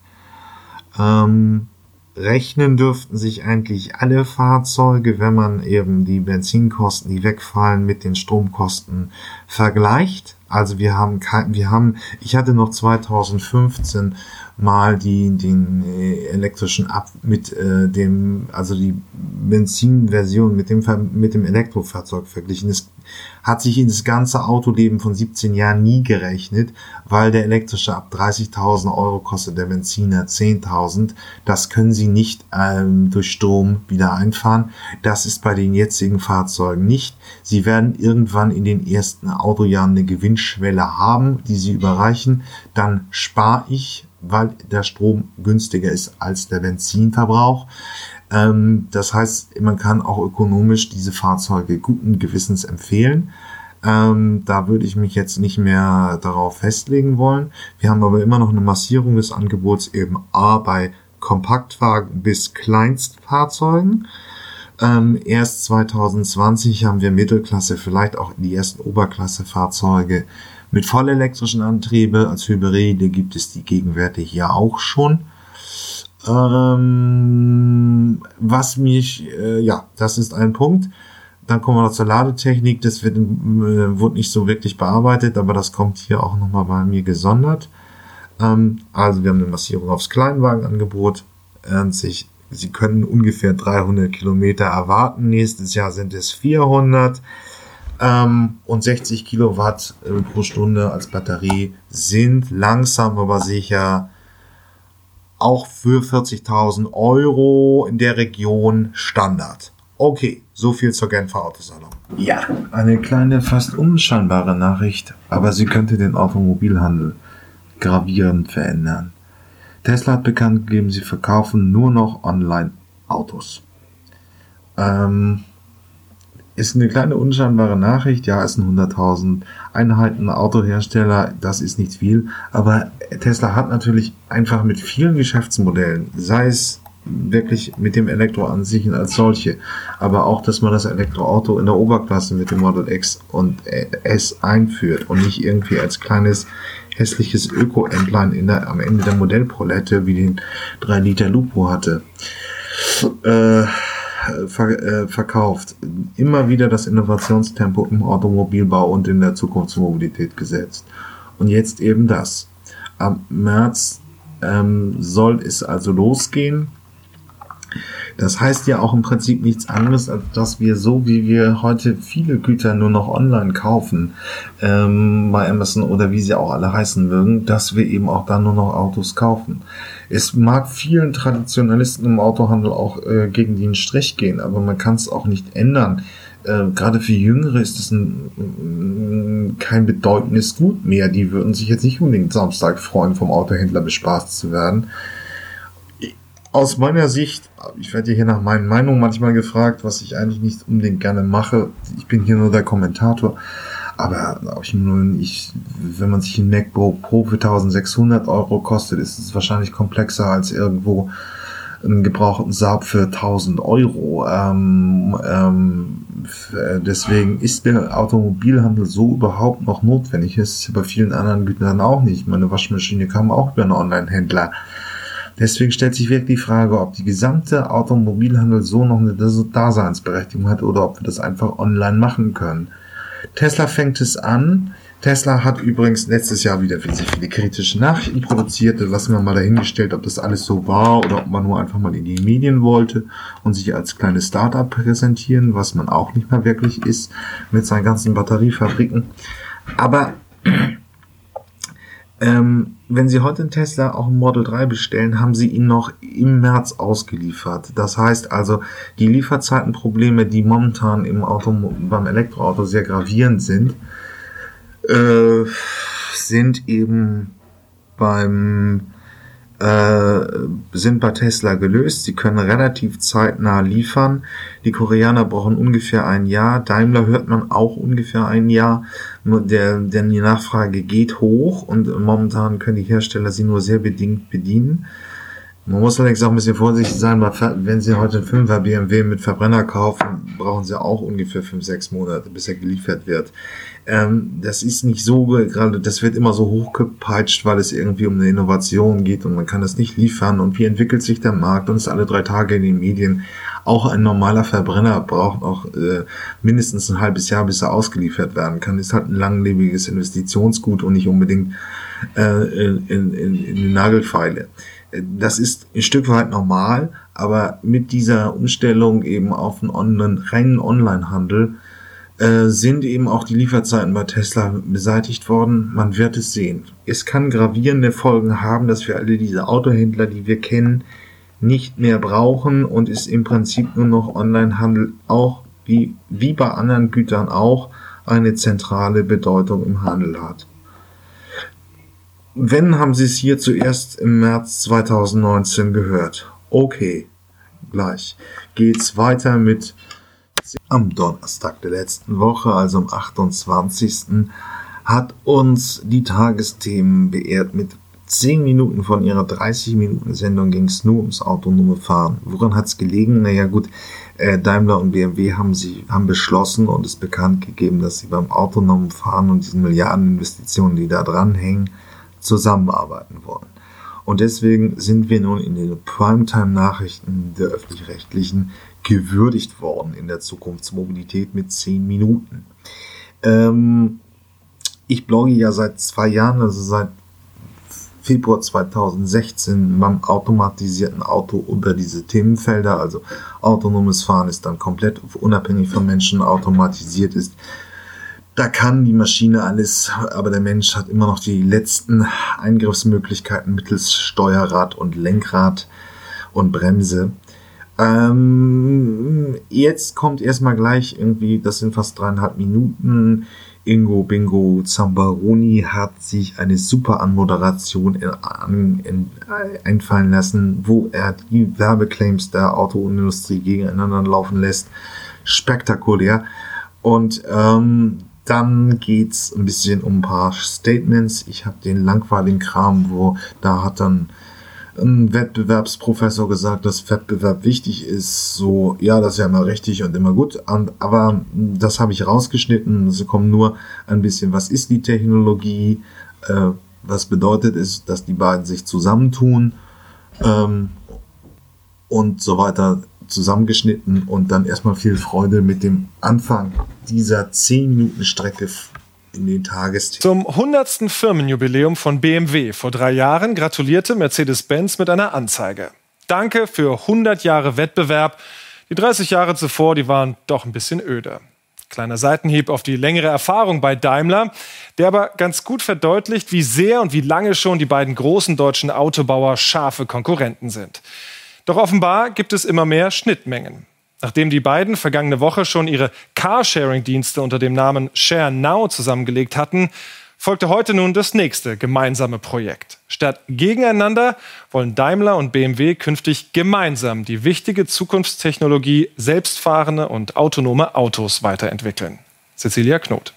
Rechnen dürften sich eigentlich alle Fahrzeuge, wenn man eben die Benzinkosten, die wegfallen, mit den Stromkosten vergleicht. Also ich hatte noch 2015 mal den elektrischen also die Benzinversion mit dem Elektrofahrzeug verglichen. Es hat sich in das ganze Autoleben von 17 Jahren nie gerechnet, weil der elektrische ab 30.000 Euro kostet, der Benziner 10.000. Das können Sie nicht durch Strom wieder einfahren. Das ist bei den jetzigen Fahrzeugen nicht. Sie werden irgendwann in den ersten Autojahren eine Gewinnschwelle haben, die Sie überreichen. Dann spare ich, weil der Strom günstiger ist als der Benzinverbrauch. Das heißt, man kann auch ökonomisch diese Fahrzeuge guten Gewissens empfehlen. Da würde ich mich jetzt nicht mehr darauf festlegen wollen. Wir haben aber immer noch eine Massierung des Angebots eben bei Kompaktwagen bis Kleinstfahrzeugen. Erst 2020 haben wir Mittelklasse, vielleicht auch die ersten Oberklasse-Fahrzeuge mit vollelektrischen Antriebe. Als Hybride gibt es die gegenwärtig ja auch schon. Das ist ein Punkt. Dann kommen wir noch zur Ladetechnik. Das wurde nicht so wirklich bearbeitet, aber das kommt hier auch nochmal bei mir gesondert. Also wir haben eine Massierung aufs Kleinwagenangebot. Sie können ungefähr 300 Kilometer erwarten. Nächstes Jahr sind es 400. Und 60 Kilowatt pro Stunde als Batterie sind langsam aber sicher auch für 40.000 Euro in der Region Standard. Okay, so viel zur Genfer Autosalon. Ja, eine kleine, fast unscheinbare Nachricht, aber sie könnte den Automobilhandel gravierend verändern. Tesla hat bekannt gegeben, sie verkaufen nur noch Online-Autos. Ist eine kleine unscheinbare Nachricht. Ja, es sind 100.000 Einheiten Autohersteller, das ist nicht viel. Aber Tesla hat natürlich einfach mit vielen Geschäftsmodellen, sei es wirklich mit dem Elektro an sich als solche, aber auch, dass man das Elektroauto in der Oberklasse mit dem Model X und S einführt und nicht irgendwie als kleines hässliches Öko-Entlein am Ende der Modellpalette wie den 3 Liter Lupo hatte. Verkauft. Immer wieder das Innovationstempo im Automobilbau und in der Zukunftsmobilität gesetzt. Und jetzt eben das. Am März soll es also losgehen. Das heißt ja auch im Prinzip nichts anderes, als dass wir so, wie wir heute viele Güter nur noch online kaufen, bei Amazon oder wie sie auch alle heißen mögen, dass wir eben auch dann nur noch Autos kaufen. Es mag vielen Traditionalisten im Autohandel auch gegen den Strich gehen, aber man kann es auch nicht ändern. Gerade für Jüngere ist es kein bedeutendes Gut mehr. Die würden sich jetzt nicht unbedingt Samstag freuen, vom Autohändler bespaßt zu werden. Aus meiner Sicht, ich werde hier nach meinen Meinungen manchmal gefragt, was ich eigentlich nicht unbedingt gerne mache. Ich bin hier nur der Kommentator. Aber wenn man sich ein MacBook Pro für 1.600 Euro kostet, ist es wahrscheinlich komplexer als irgendwo einen gebrauchten Saab für 1.000 Euro. Deswegen ist der Automobilhandel so überhaupt noch notwendig. Ist bei vielen anderen Gütern auch nicht. Meine Waschmaschine kam auch über einen Online-Händler. Deswegen stellt sich wirklich die Frage, ob die gesamte Automobilhandel so noch eine Daseinsberechtigung hat oder ob wir das einfach online machen können. Tesla fängt es an. Tesla hat übrigens letztes Jahr wieder sehr viele kritische Nachrichten produziert. Das lassen wir mal dahingestellt, ob das alles so war oder ob man nur einfach mal in die Medien wollte und sich als kleines Startup präsentieren, was man auch nicht mehr wirklich ist mit seinen ganzen Batteriefabriken. Aber wenn Sie heute einen Tesla, auch einen Model 3 bestellen, haben Sie ihn noch im März ausgeliefert. Das heißt also, die Lieferzeitenprobleme, die momentan beim Elektroauto sehr gravierend sind, sind eben sind bei Tesla gelöst. Sie können relativ zeitnah liefern. Die Koreaner brauchen ungefähr ein Jahr. Daimler hört man auch ungefähr ein Jahr. Denn die Nachfrage geht hoch und momentan können die Hersteller sie nur sehr bedingt bedienen. Man muss allerdings auch ein bisschen vorsichtig sein, weil wenn Sie heute einen 5er BMW mit Verbrenner kaufen, brauchen Sie auch ungefähr 5-6 Monate, bis er geliefert wird. Das ist nicht so, gerade das wird immer so hochgepeitscht, weil es irgendwie um eine Innovation geht und man kann das nicht liefern und wie entwickelt sich der Markt und ist alle 3 Tage in den Medien. Auch ein normaler Verbrenner braucht noch mindestens ein halbes Jahr, bis er ausgeliefert werden kann. Ist halt ein langlebiges Investitionsgut und nicht unbedingt in die Nagelfeile. Das ist ein Stück weit normal, aber mit dieser Umstellung eben auf einen reinen Onlinehandel sind eben auch die Lieferzeiten bei Tesla beseitigt worden. Man wird es sehen. Es kann gravierende Folgen haben, dass wir alle diese Autohändler, die wir kennen, nicht mehr brauchen und es im Prinzip nur noch Onlinehandel auch wie bei anderen Gütern auch eine zentrale Bedeutung im Handel hat. Wenn, haben Sie es hier zuerst im März 2019 gehört. Okay, gleich geht's weiter mit am Donnerstag der letzten Woche, also am 28. hat uns die Tagesthemen beehrt. Mit 10 Minuten von ihrer 30-Minuten-Sendung ging es nur ums autonome Fahren. Woran hat es gelegen? Naja gut, Daimler und BMW haben beschlossen und es bekannt gegeben, dass sie beim autonomen Fahren und diesen Milliardeninvestitionen, die da dranhängen, zusammenarbeiten wollen. Und deswegen sind wir nun in den Primetime-Nachrichten der Öffentlich-Rechtlichen gewürdigt worden in der Zukunftsmobilität mit 10 Minuten. Ich blogge ja seit 2 Jahren, also seit Februar 2016 beim automatisierten Auto über diese Themenfelder. Also autonomes Fahren ist dann komplett unabhängig vom Menschen automatisiert ist. Da kann die Maschine alles, aber der Mensch hat immer noch die letzten Eingriffsmöglichkeiten mittels Steuerrad und Lenkrad und Bremse. Jetzt kommt erstmal gleich irgendwie, das sind fast 3,5 Minuten, Ingo Bingo Zambaroni hat sich eine super Anmoderation einfallen lassen, wo er die Werbeclaims der Autoindustrie gegeneinander laufen lässt. Spektakulär. Und dann geht's ein bisschen um ein paar Statements. Ich habe den langweiligen Kram, da hat dann ein Wettbewerbsprofessor gesagt, dass Wettbewerb wichtig ist. So, ja, das ist ja immer richtig und immer gut. Aber das habe ich rausgeschnitten. Es kommt nur ein bisschen, was ist die Technologie? Was bedeutet es, dass die beiden sich zusammentun? Und so weiter zusammengeschnitten und dann erstmal viel Freude mit dem Anfang dieser 10-Minuten-Strecke in den Tagesthemen. Zum 100. Firmenjubiläum von BMW vor 3 Jahren gratulierte Mercedes-Benz mit einer Anzeige. Danke für 100 Jahre Wettbewerb. Die 30 Jahre zuvor, die waren doch ein bisschen öde. Kleiner Seitenhieb auf die längere Erfahrung bei Daimler, der aber ganz gut verdeutlicht, wie sehr und wie lange schon die beiden großen deutschen Autobauer scharfe Konkurrenten sind. Doch offenbar gibt es immer mehr Schnittmengen. Nachdem die beiden vergangene Woche schon ihre Carsharing-Dienste unter dem Namen Share Now zusammengelegt hatten, folgte heute nun das nächste gemeinsame Projekt. Statt gegeneinander wollen Daimler und BMW künftig gemeinsam die wichtige Zukunftstechnologie selbstfahrende und autonome Autos weiterentwickeln. Cecilia Knot.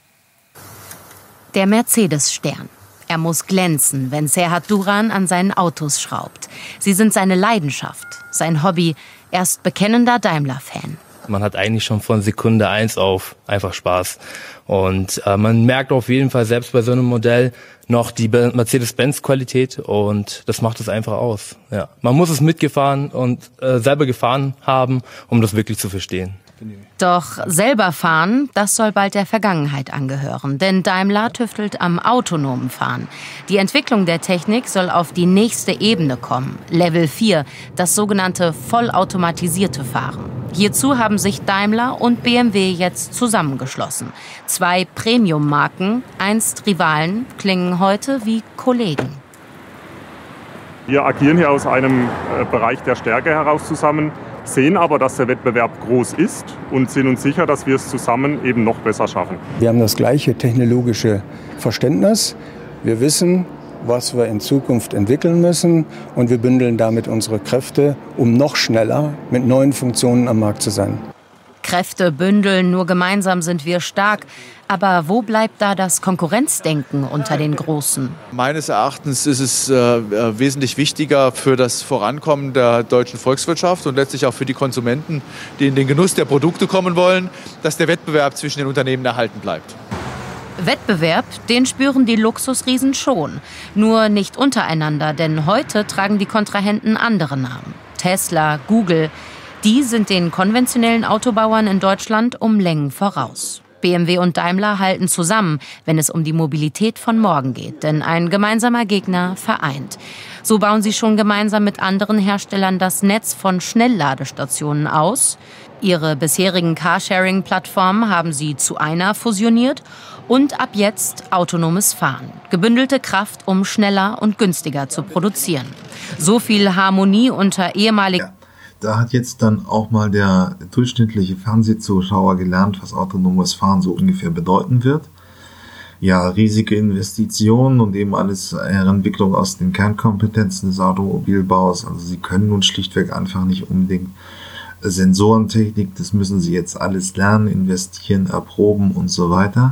Der Mercedes-Stern. Er muss glänzen, wenn Serhat Duran an seinen Autos schraubt. Sie sind seine Leidenschaft, sein Hobby. Er ist bekennender Daimler-Fan. Man hat eigentlich schon von Sekunde 1 auf einfach Spaß. Und man merkt auf jeden Fall selbst bei so einem Modell noch die Mercedes-Benz-Qualität und das macht es einfach aus. Ja. Man muss es mitgefahren und selber gefahren haben, um das wirklich zu verstehen. Doch selber fahren, das soll bald der Vergangenheit angehören, denn Daimler tüftelt am autonomen Fahren. Die Entwicklung der Technik soll auf die nächste Ebene kommen, Level 4, das sogenannte vollautomatisierte Fahren. Hierzu haben sich Daimler und BMW jetzt zusammengeschlossen. 2 Premium-Marken, einst Rivalen, klingen heute wie Kollegen. Wir agieren hier aus einem Bereich der Stärke heraus zusammen, sehen aber, dass der Wettbewerb groß ist und sind uns sicher, dass wir es zusammen eben noch besser schaffen. Wir haben das gleiche technologische Verständnis. Wir wissen, was wir in Zukunft entwickeln müssen und wir bündeln damit unsere Kräfte, um noch schneller mit neuen Funktionen am Markt zu sein. Kräfte bündeln, nur gemeinsam sind wir stark. Aber wo bleibt da das Konkurrenzdenken unter den Großen? Meines Erachtens ist es wesentlich wichtiger für das Vorankommen der deutschen Volkswirtschaft und letztlich auch für die Konsumenten, die in den Genuss der Produkte kommen wollen, dass der Wettbewerb zwischen den Unternehmen erhalten bleibt. Wettbewerb, den spüren die Luxusriesen schon. Nur nicht untereinander, denn heute tragen die Kontrahenten andere Namen. Tesla, Google. Die sind den konventionellen Autobauern in Deutschland um Längen voraus. BMW und Daimler halten zusammen, wenn es um die Mobilität von morgen geht. Denn ein gemeinsamer Gegner vereint. So bauen sie schon gemeinsam mit anderen Herstellern das Netz von Schnellladestationen aus. Ihre bisherigen Carsharing-Plattformen haben sie zu einer fusioniert. Und ab jetzt autonomes Fahren. Gebündelte Kraft, um schneller und günstiger zu produzieren. So viel Harmonie unter ehemaligen... Da hat jetzt dann auch mal der durchschnittliche Fernsehzuschauer gelernt, was autonomes Fahren so ungefähr bedeuten wird. Ja, riesige Investitionen und eben alles Entwicklung aus den Kernkompetenzen des Automobilbaus. Also sie können nun schlichtweg einfach nicht unbedingt Sensorentechnik, das müssen sie jetzt alles lernen, investieren, erproben und so weiter.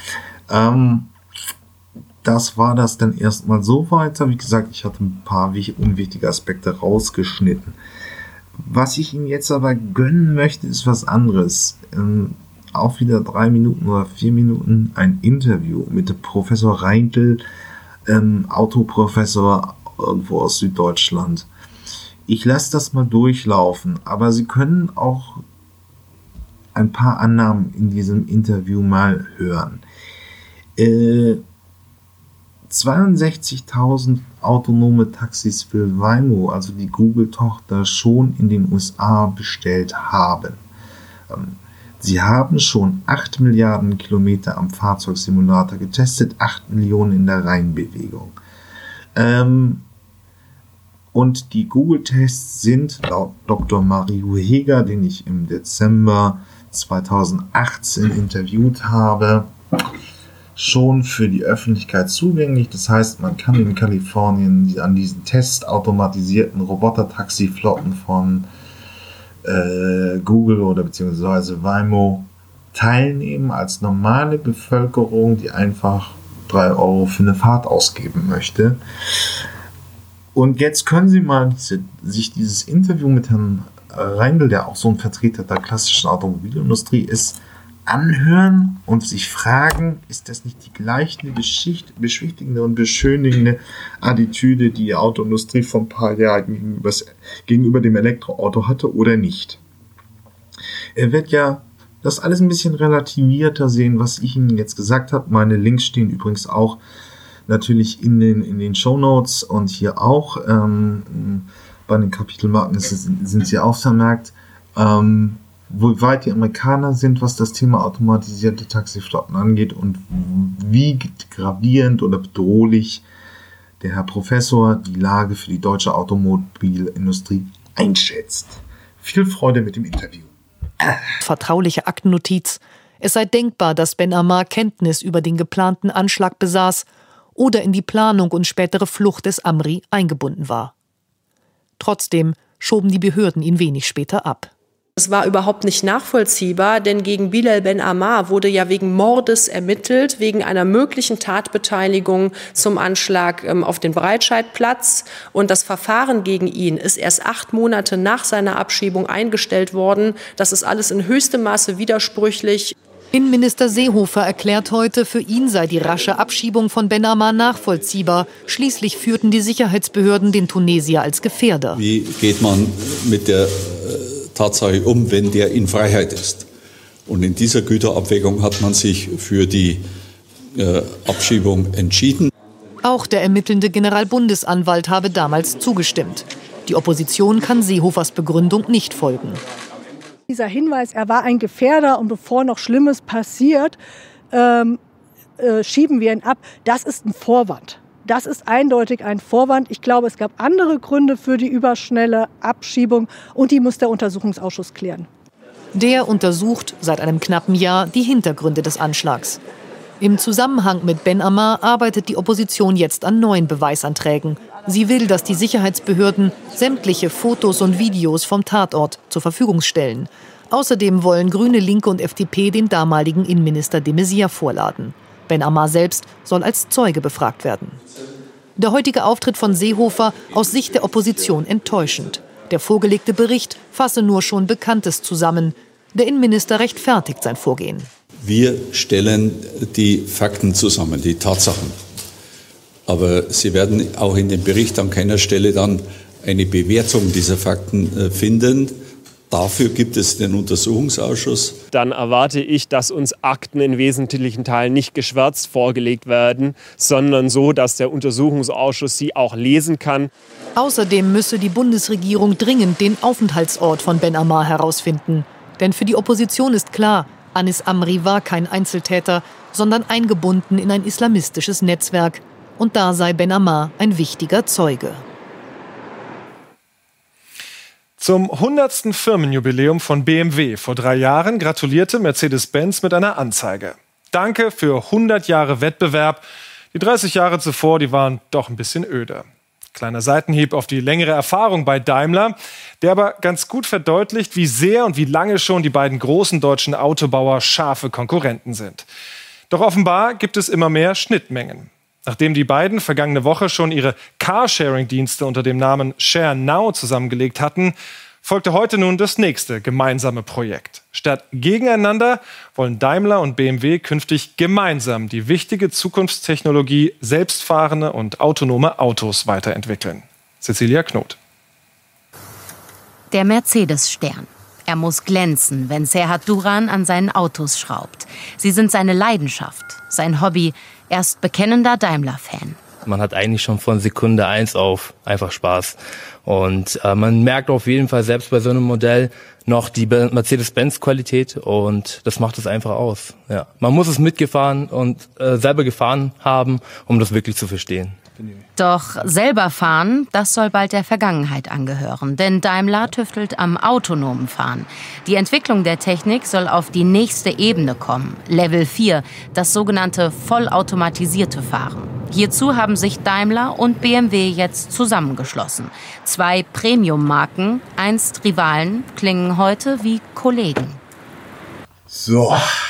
Das war das dann erstmal so weiter. Wie gesagt, ich hatte ein paar unwichtige Aspekte rausgeschnitten. Was ich Ihnen jetzt aber gönnen möchte, ist was anderes. Auch wieder 3 Minuten oder 4 Minuten ein Interview mit Professor Reintl, Autoprofessor irgendwo aus Süddeutschland. Ich lasse das mal durchlaufen, aber Sie können auch ein paar Annahmen in diesem Interview mal hören. 62.000 autonome Taxis will Waymo, also die Google-Tochter, schon in den USA bestellt haben. Sie haben schon 8 Milliarden Kilometer am Fahrzeugsimulator getestet, 8 Millionen in der Reihenbewegung. Und die Google-Tests sind laut Dr. Mario Heger, den ich im Dezember 2018 interviewt habe, schon für die Öffentlichkeit zugänglich. Das heißt, man kann in Kalifornien an diesen testautomatisierten Roboter-Taxiflotten von Google oder beziehungsweise Waymo teilnehmen als normale Bevölkerung, die einfach 3 Euro für eine Fahrt ausgeben möchte. Und jetzt können Sie mal sich dieses Interview mit Herrn Reindl, der auch so ein Vertreter der klassischen Automobilindustrie ist, anhören und sich fragen, ist das nicht die gleiche beschwichtigende und beschönigende Attitüde, die die Autoindustrie vor ein paar Jahren gegenüber dem Elektroauto hatte oder nicht. Er wird ja das alles ein bisschen relativierter sehen, was ich Ihnen jetzt gesagt habe. Meine Links stehen übrigens auch natürlich in den Shownotes und hier auch bei den Kapitelmarken sind sie auch vermerkt. Wo weit die Amerikaner sind, was das Thema automatisierte Taxiflotten angeht und wie gravierend oder bedrohlich der Herr Professor die Lage für die deutsche Automobilindustrie einschätzt. Viel Freude mit dem Interview. Vertrauliche Aktennotiz. Es sei denkbar, dass Ben Ammar Kenntnis über den geplanten Anschlag besaß oder in die Planung und spätere Flucht des Amri eingebunden war. Trotzdem schoben die Behörden ihn wenig später ab. Es war überhaupt nicht nachvollziehbar, denn gegen Bilal Ben Ammar wurde ja wegen Mordes ermittelt, wegen einer möglichen Tatbeteiligung zum Anschlag auf den Breitscheidplatz. Und das Verfahren gegen ihn ist erst 8 Monate nach seiner Abschiebung eingestellt worden. Das ist alles in höchstem Maße widersprüchlich. Innenminister Seehofer erklärt heute, für ihn sei die rasche Abschiebung von Ben Ammar nachvollziehbar. Schließlich führten die Sicherheitsbehörden den Tunesier als Gefährder. Wie geht man mit der Tatsache um, wenn der in Freiheit ist? Und in dieser Güterabwägung hat man sich für die Abschiebung entschieden. Auch der ermittelnde Generalbundesanwalt habe damals zugestimmt. Die Opposition kann Seehofers Begründung nicht folgen. Dieser Hinweis, er war ein Gefährder und bevor noch Schlimmes passiert, schieben wir ihn ab, das ist ein Vorwand. Das ist eindeutig ein Vorwand. Ich glaube, es gab andere Gründe für die überschnelle Abschiebung und die muss der Untersuchungsausschuss klären. Der untersucht seit einem knappen Jahr die Hintergründe des Anschlags. Im Zusammenhang mit Ben Ammar arbeitet die Opposition jetzt an neuen Beweisanträgen. Sie will, dass die Sicherheitsbehörden sämtliche Fotos und Videos vom Tatort zur Verfügung stellen. Außerdem wollen Grüne, Linke und FDP den damaligen Innenminister de Maizière vorladen. Ben Ammar selbst soll als Zeuge befragt werden. Der heutige Auftritt von Seehofer aus Sicht der Opposition enttäuschend. Der vorgelegte Bericht fasse nur schon Bekanntes zusammen. Der Innenminister rechtfertigt sein Vorgehen. Wir stellen die Fakten zusammen, die Tatsachen. Aber Sie werden auch in dem Bericht an keiner Stelle dann eine Bewertung dieser Fakten finden. Dafür gibt es den Untersuchungsausschuss. Dann erwarte ich, dass uns Akten in wesentlichen Teilen nicht geschwärzt vorgelegt werden, sondern so, dass der Untersuchungsausschuss sie auch lesen kann. Außerdem müsse die Bundesregierung dringend den Aufenthaltsort von Ben Ammar herausfinden. Denn für die Opposition ist klar, Anis Amri war kein Einzeltäter, sondern eingebunden in ein islamistisches Netzwerk. Und da sei Ben Ammar ein wichtiger Zeuge. Zum 100. Firmenjubiläum von BMW vor 3 Jahren gratulierte Mercedes-Benz mit einer Anzeige. Danke für 100 Jahre Wettbewerb. Die 30 Jahre zuvor, die waren doch ein bisschen öde. Kleiner Seitenhieb auf die längere Erfahrung bei Daimler, der aber ganz gut verdeutlicht, wie sehr und wie lange schon die beiden großen deutschen Autobauer scharfe Konkurrenten sind. Doch offenbar gibt es immer mehr Schnittmengen. Nachdem die beiden vergangene Woche schon ihre Carsharing-Dienste unter dem Namen Share Now zusammengelegt hatten, folgte heute nun das nächste gemeinsame Projekt. Statt gegeneinander wollen Daimler und BMW künftig gemeinsam die wichtige Zukunftstechnologie selbstfahrende und autonome Autos weiterentwickeln. Cecilia Knot. Der Mercedes-Stern. Er muss glänzen, wenn Serhat Duran an seinen Autos schraubt. Sie sind seine Leidenschaft, sein Hobby. Er ist bekennender Daimler-Fan. Man hat eigentlich schon von Sekunde 1 auf einfach Spaß. Und man merkt auf jeden Fall selbst bei so einem Modell noch die Mercedes-Benz-Qualität und das macht es einfach aus. Ja. Man muss es mitgefahren und selber gefahren haben, um das wirklich zu verstehen. Doch selber fahren, das soll bald der Vergangenheit angehören. Denn Daimler tüftelt am autonomen Fahren. Die Entwicklung der Technik soll auf die nächste Ebene kommen. Level 4, das sogenannte vollautomatisierte Fahren. Hierzu haben sich Daimler und BMW jetzt zusammengeschlossen. 2 Premium-Marken, einst Rivalen, klingen heute wie Kollegen. So,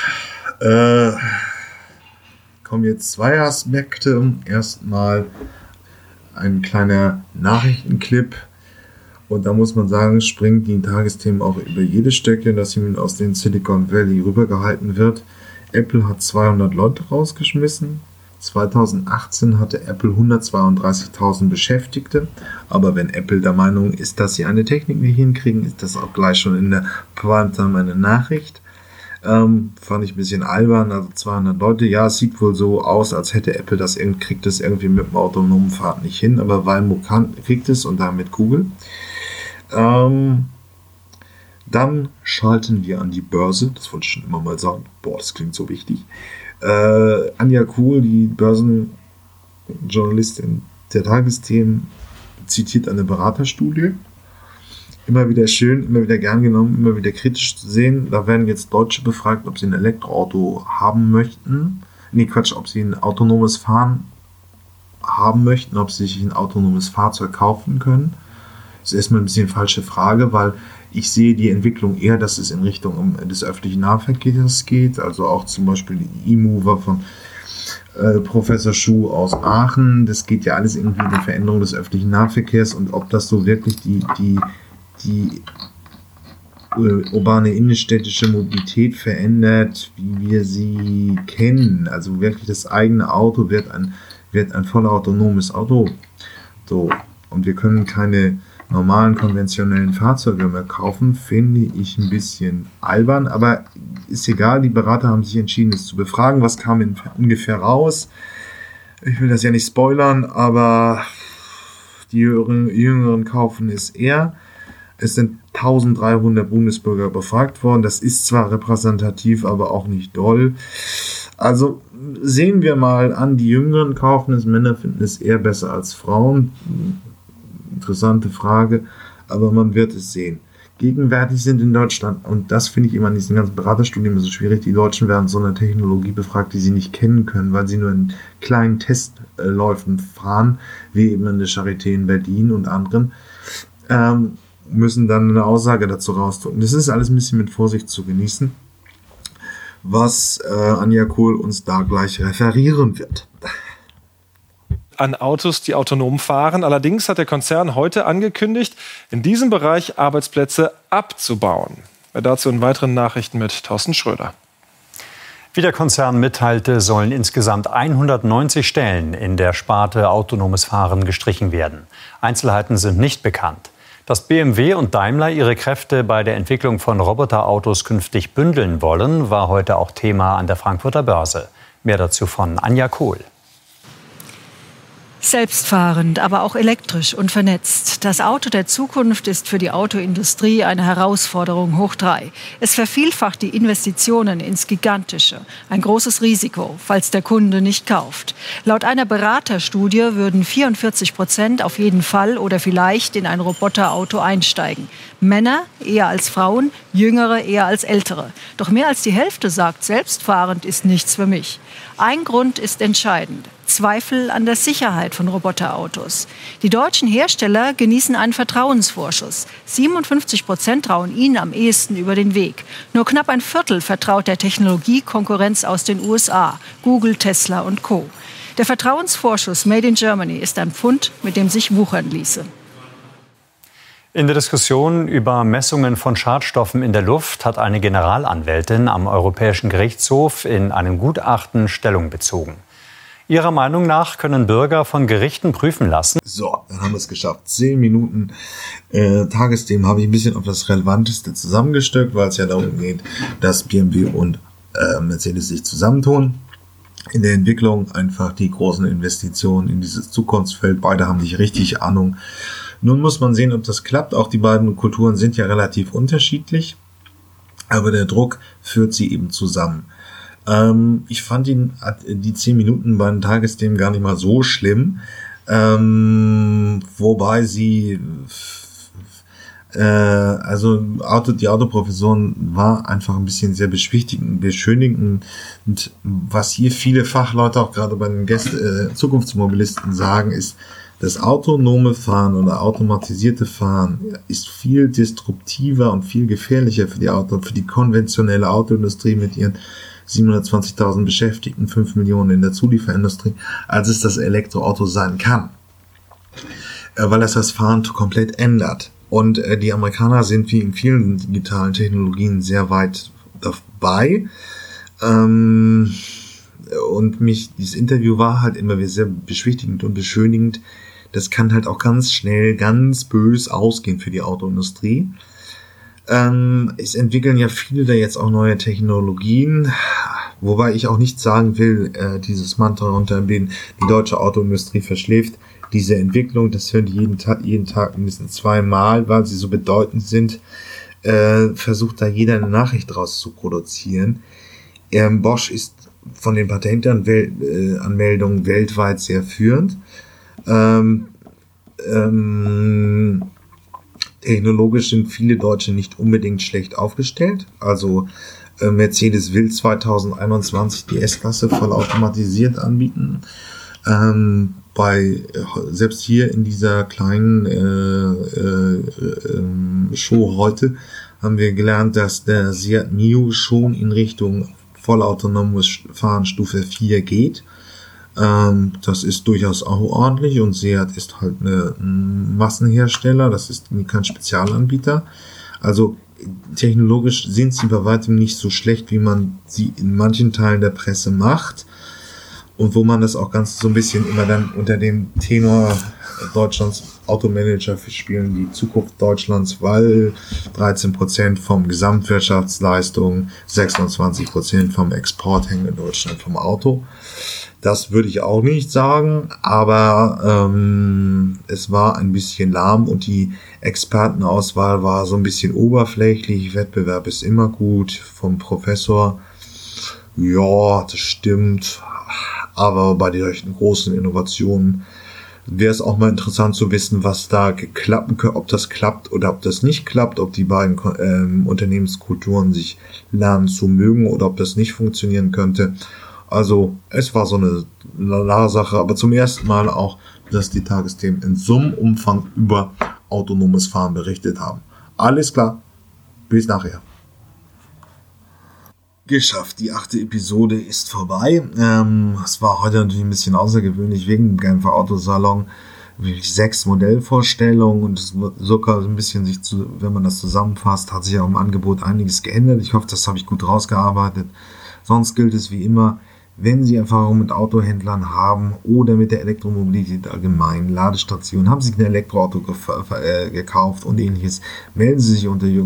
kommen jetzt 2 Aspekte. Erstmal ein kleiner Nachrichtenclip. Und da muss man sagen, springt die Tagesthemen auch über jede Stöcke, dass ihnen aus dem Silicon Valley rübergehalten wird. Apple hat 200 Leute rausgeschmissen. 2018 hatte Apple 132.000 Beschäftigte. Aber wenn Apple der Meinung ist, dass sie eine Technik nicht hinkriegen, ist das auch gleich schon in der Primetime eine Nachricht. Fand ich ein bisschen albern, also 200 Leute, ja, es sieht wohl so aus, als hätte Apple kriegt das irgendwie mit dem autonomen Fahren nicht hin, aber Waymo kriegt es und damit Google. Dann schalten wir an die Börse, das wollte ich schon immer mal sagen, boah, das klingt so wichtig. Anja Kuhl, die Börsenjournalistin der Tagesthemen, zitiert eine Beraterstudie. Immer wieder schön, immer wieder gern genommen, immer wieder kritisch zu sehen. Da werden jetzt Deutsche befragt, ob sie ein Elektroauto haben möchten. Ob sie ein autonomes Fahren haben möchten, ob sie sich ein autonomes Fahrzeug kaufen können. Das ist erstmal ein bisschen falsche Frage, weil Ich sehe die Entwicklung eher, dass es in Richtung des öffentlichen Nahverkehrs geht, also auch zum Beispiel die E-Mover von Professor Schuh aus Aachen. Das geht ja alles irgendwie in die Veränderung des öffentlichen Nahverkehrs, und ob das so wirklich die urbane innenstädtische Mobilität verändert, wie wir sie kennen. Also wirklich das eigene Auto wird ein voll autonomes Auto. So. Und wir können keine normalen konventionellen Fahrzeuge mehr kaufen, finde ich ein bisschen albern, aber ist egal, die Berater haben sich entschieden, es zu befragen. Was kam ungefähr raus? Ich will das ja nicht spoilern, aber die Jüngeren kaufen es eher. Es sind 1300 Bundesbürger befragt worden. Das ist zwar repräsentativ, aber auch nicht doll. Also sehen wir mal an, die Jüngeren kaufen es, Männer finden es eher besser als Frauen. Interessante Frage, aber man wird es sehen. Gegenwärtig sind in Deutschland, und das finde ich immer in diesen ganzen Beraterstudien immer so schwierig, die Deutschen werden so eine Technologie befragt, die sie nicht kennen können, weil sie nur in kleinen Testläufen fahren, wie eben in der Charité in Berlin und anderen, müssen dann eine Aussage dazu rausdrücken. Das ist alles ein bisschen mit Vorsicht zu genießen, was Anja Kohl uns da gleich referieren wird. An Autos, die autonom fahren. Allerdings hat der Konzern heute angekündigt, in diesem Bereich Arbeitsplätze abzubauen. Mehr dazu in weiteren Nachrichten mit Thorsten Schröder. Wie der Konzern mitteilte, sollen insgesamt 190 Stellen in der Sparte autonomes Fahren gestrichen werden. Einzelheiten sind nicht bekannt. Dass BMW und Daimler ihre Kräfte bei der Entwicklung von Roboterautos künftig bündeln wollen, war heute auch Thema an der Frankfurter Börse. Mehr dazu von Anja Kohl. Selbstfahrend, aber auch elektrisch und vernetzt. Das Auto der Zukunft ist für die Autoindustrie eine Herausforderung hoch 3. Es vervielfacht die Investitionen ins Gigantische. Ein großes Risiko, falls der Kunde nicht kauft. Laut einer Beraterstudie würden 44% auf jeden Fall oder vielleicht in ein Roboterauto einsteigen. Männer eher als Frauen, Jüngere eher als Ältere. Doch mehr als die Hälfte sagt, selbstfahrend ist nichts für mich. Ein Grund ist entscheidend: Zweifel an der Sicherheit von Roboterautos. Die deutschen Hersteller genießen einen Vertrauensvorschuss. 57% trauen ihnen am ehesten über den Weg. Nur knapp ein Viertel vertraut der Technologiekonkurrenz aus den USA, Google, Tesla und Co. Der Vertrauensvorschuss Made in Germany ist ein Pfund, mit dem sich wuchern ließe. In der Diskussion über Messungen von Schadstoffen in der Luft hat eine Generalanwältin am Europäischen Gerichtshof in einem Gutachten Stellung bezogen. Ihrer Meinung nach können Bürger von Gerichten prüfen lassen. So, dann haben wir es geschafft. 10 Minuten Tagesthemen habe ich ein bisschen auf das Relevanteste zusammengestückt, weil es ja darum geht, dass BMW und Mercedes sich zusammentun. In der Entwicklung einfach die großen Investitionen in dieses Zukunftsfeld. Beide haben nicht richtig Ahnung. Nun muss man sehen, ob das klappt. Auch die beiden Kulturen sind ja relativ unterschiedlich, aber der Druck führt sie eben zusammen. Ich fand die 10 Minuten bei den Tagesthemen gar nicht mal so schlimm, wobei sie die Autoprofessorin war einfach ein bisschen sehr beschönigend, und was hier viele Fachleute auch gerade bei den Zukunftsmobilisten sagen, ist, das autonome Fahren oder automatisierte Fahren ist viel disruptiver und viel gefährlicher für die konventionelle Autoindustrie mit ihren 720.000 Beschäftigten, 5 Millionen in der Zulieferindustrie, als es das Elektroauto sein kann. Weil es das Fahren komplett ändert. Und die Amerikaner sind wie in vielen digitalen Technologien sehr weit dabei. Und dieses Interview war halt immer sehr beschwichtigend und beschönigend. Das kann halt auch ganz schnell, ganz bös ausgehen für die Autoindustrie. Es entwickeln ja viele da jetzt auch neue Technologien, wobei ich auch nicht sagen will, dieses Mantra unter dem die deutsche Autoindustrie verschläft diese Entwicklung. Das hören die jeden Tag mindestens 2-mal, weil sie so bedeutend sind. Versucht da jeder eine Nachricht draus zu produzieren. Bosch ist von den Patentanmeldungen weltweit sehr führend. Technologisch sind viele Deutsche nicht unbedingt schlecht aufgestellt. Also Mercedes will 2021 die S-Klasse vollautomatisiert anbieten. selbst hier in dieser kleinen Show heute haben wir gelernt, dass der Seat Mio schon in Richtung vollautonomes Fahren Stufe 4 geht. Das ist durchaus auch ordentlich und Seat ist halt ein Massenhersteller, das ist kein Spezialanbieter. Also technologisch sind sie bei weitem nicht so schlecht, wie man sie in manchen Teilen der Presse macht. Und wo man das auch ganz so ein bisschen immer dann unter dem Tenor Deutschlands Automanager spielen, die Zukunft Deutschlands, weil 13% vom Gesamtwirtschaftsleistung, 26% vom Export hängen in Deutschland vom Auto. Das würde ich auch nicht sagen, aber es war ein bisschen lahm und die Expertenauswahl war so ein bisschen oberflächlich. Wettbewerb ist immer gut vom Professor. Ja, das stimmt. Aber bei solchen großen Innovationen wäre es auch mal interessant zu wissen, was da klappen könnte, ob das klappt oder ob das nicht klappt, ob die beiden Unternehmenskulturen sich lernen zu mögen oder ob das nicht funktionieren könnte. Also es war so eine Sache, aber zum ersten Mal auch, dass die Tagesthemen in so einem Umfang über autonomes Fahren berichtet haben. Alles klar, bis nachher. Geschafft, die 8. Episode ist vorbei. Es war heute natürlich ein bisschen außergewöhnlich wegen dem Genfer Autosalon. Wirklich 6 Modellvorstellungen und es wird sogar ein bisschen wenn man das zusammenfasst, hat sich auch im Angebot einiges geändert. Ich hoffe, das habe ich gut rausgearbeitet. Sonst gilt es wie immer, wenn Sie Erfahrung mit Autohändlern haben oder mit der Elektromobilität allgemein, Ladestationen, haben Sie ein Elektroauto gekauft und ähnliches, melden Sie sich unter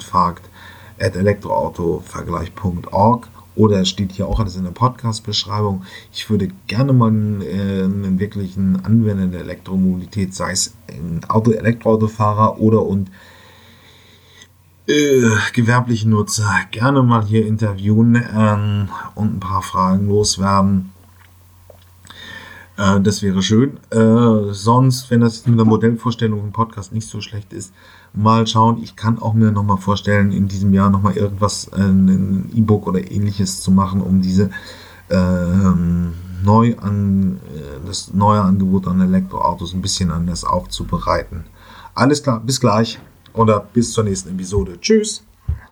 jürgen.fagt@elektroautovergleich.org oder es steht hier auch alles in der Podcast-Beschreibung. Ich würde gerne mal einen wirklichen Anwender der Elektromobilität, sei es ein Elektroautofahrer oder gewerbliche Nutzer, gerne mal hier interviewen und ein paar Fragen loswerden. Das wäre schön. Sonst, wenn das mit der Modellvorstellung im Podcast nicht so schlecht ist, mal schauen. Ich kann auch mir nochmal vorstellen, in diesem Jahr nochmal irgendwas, ein E-Book oder ähnliches zu machen, um diese das neue Angebot an Elektroautos ein bisschen anders aufzubereiten. Alles klar, bis gleich oder bis zur nächsten Episode. Tschüss!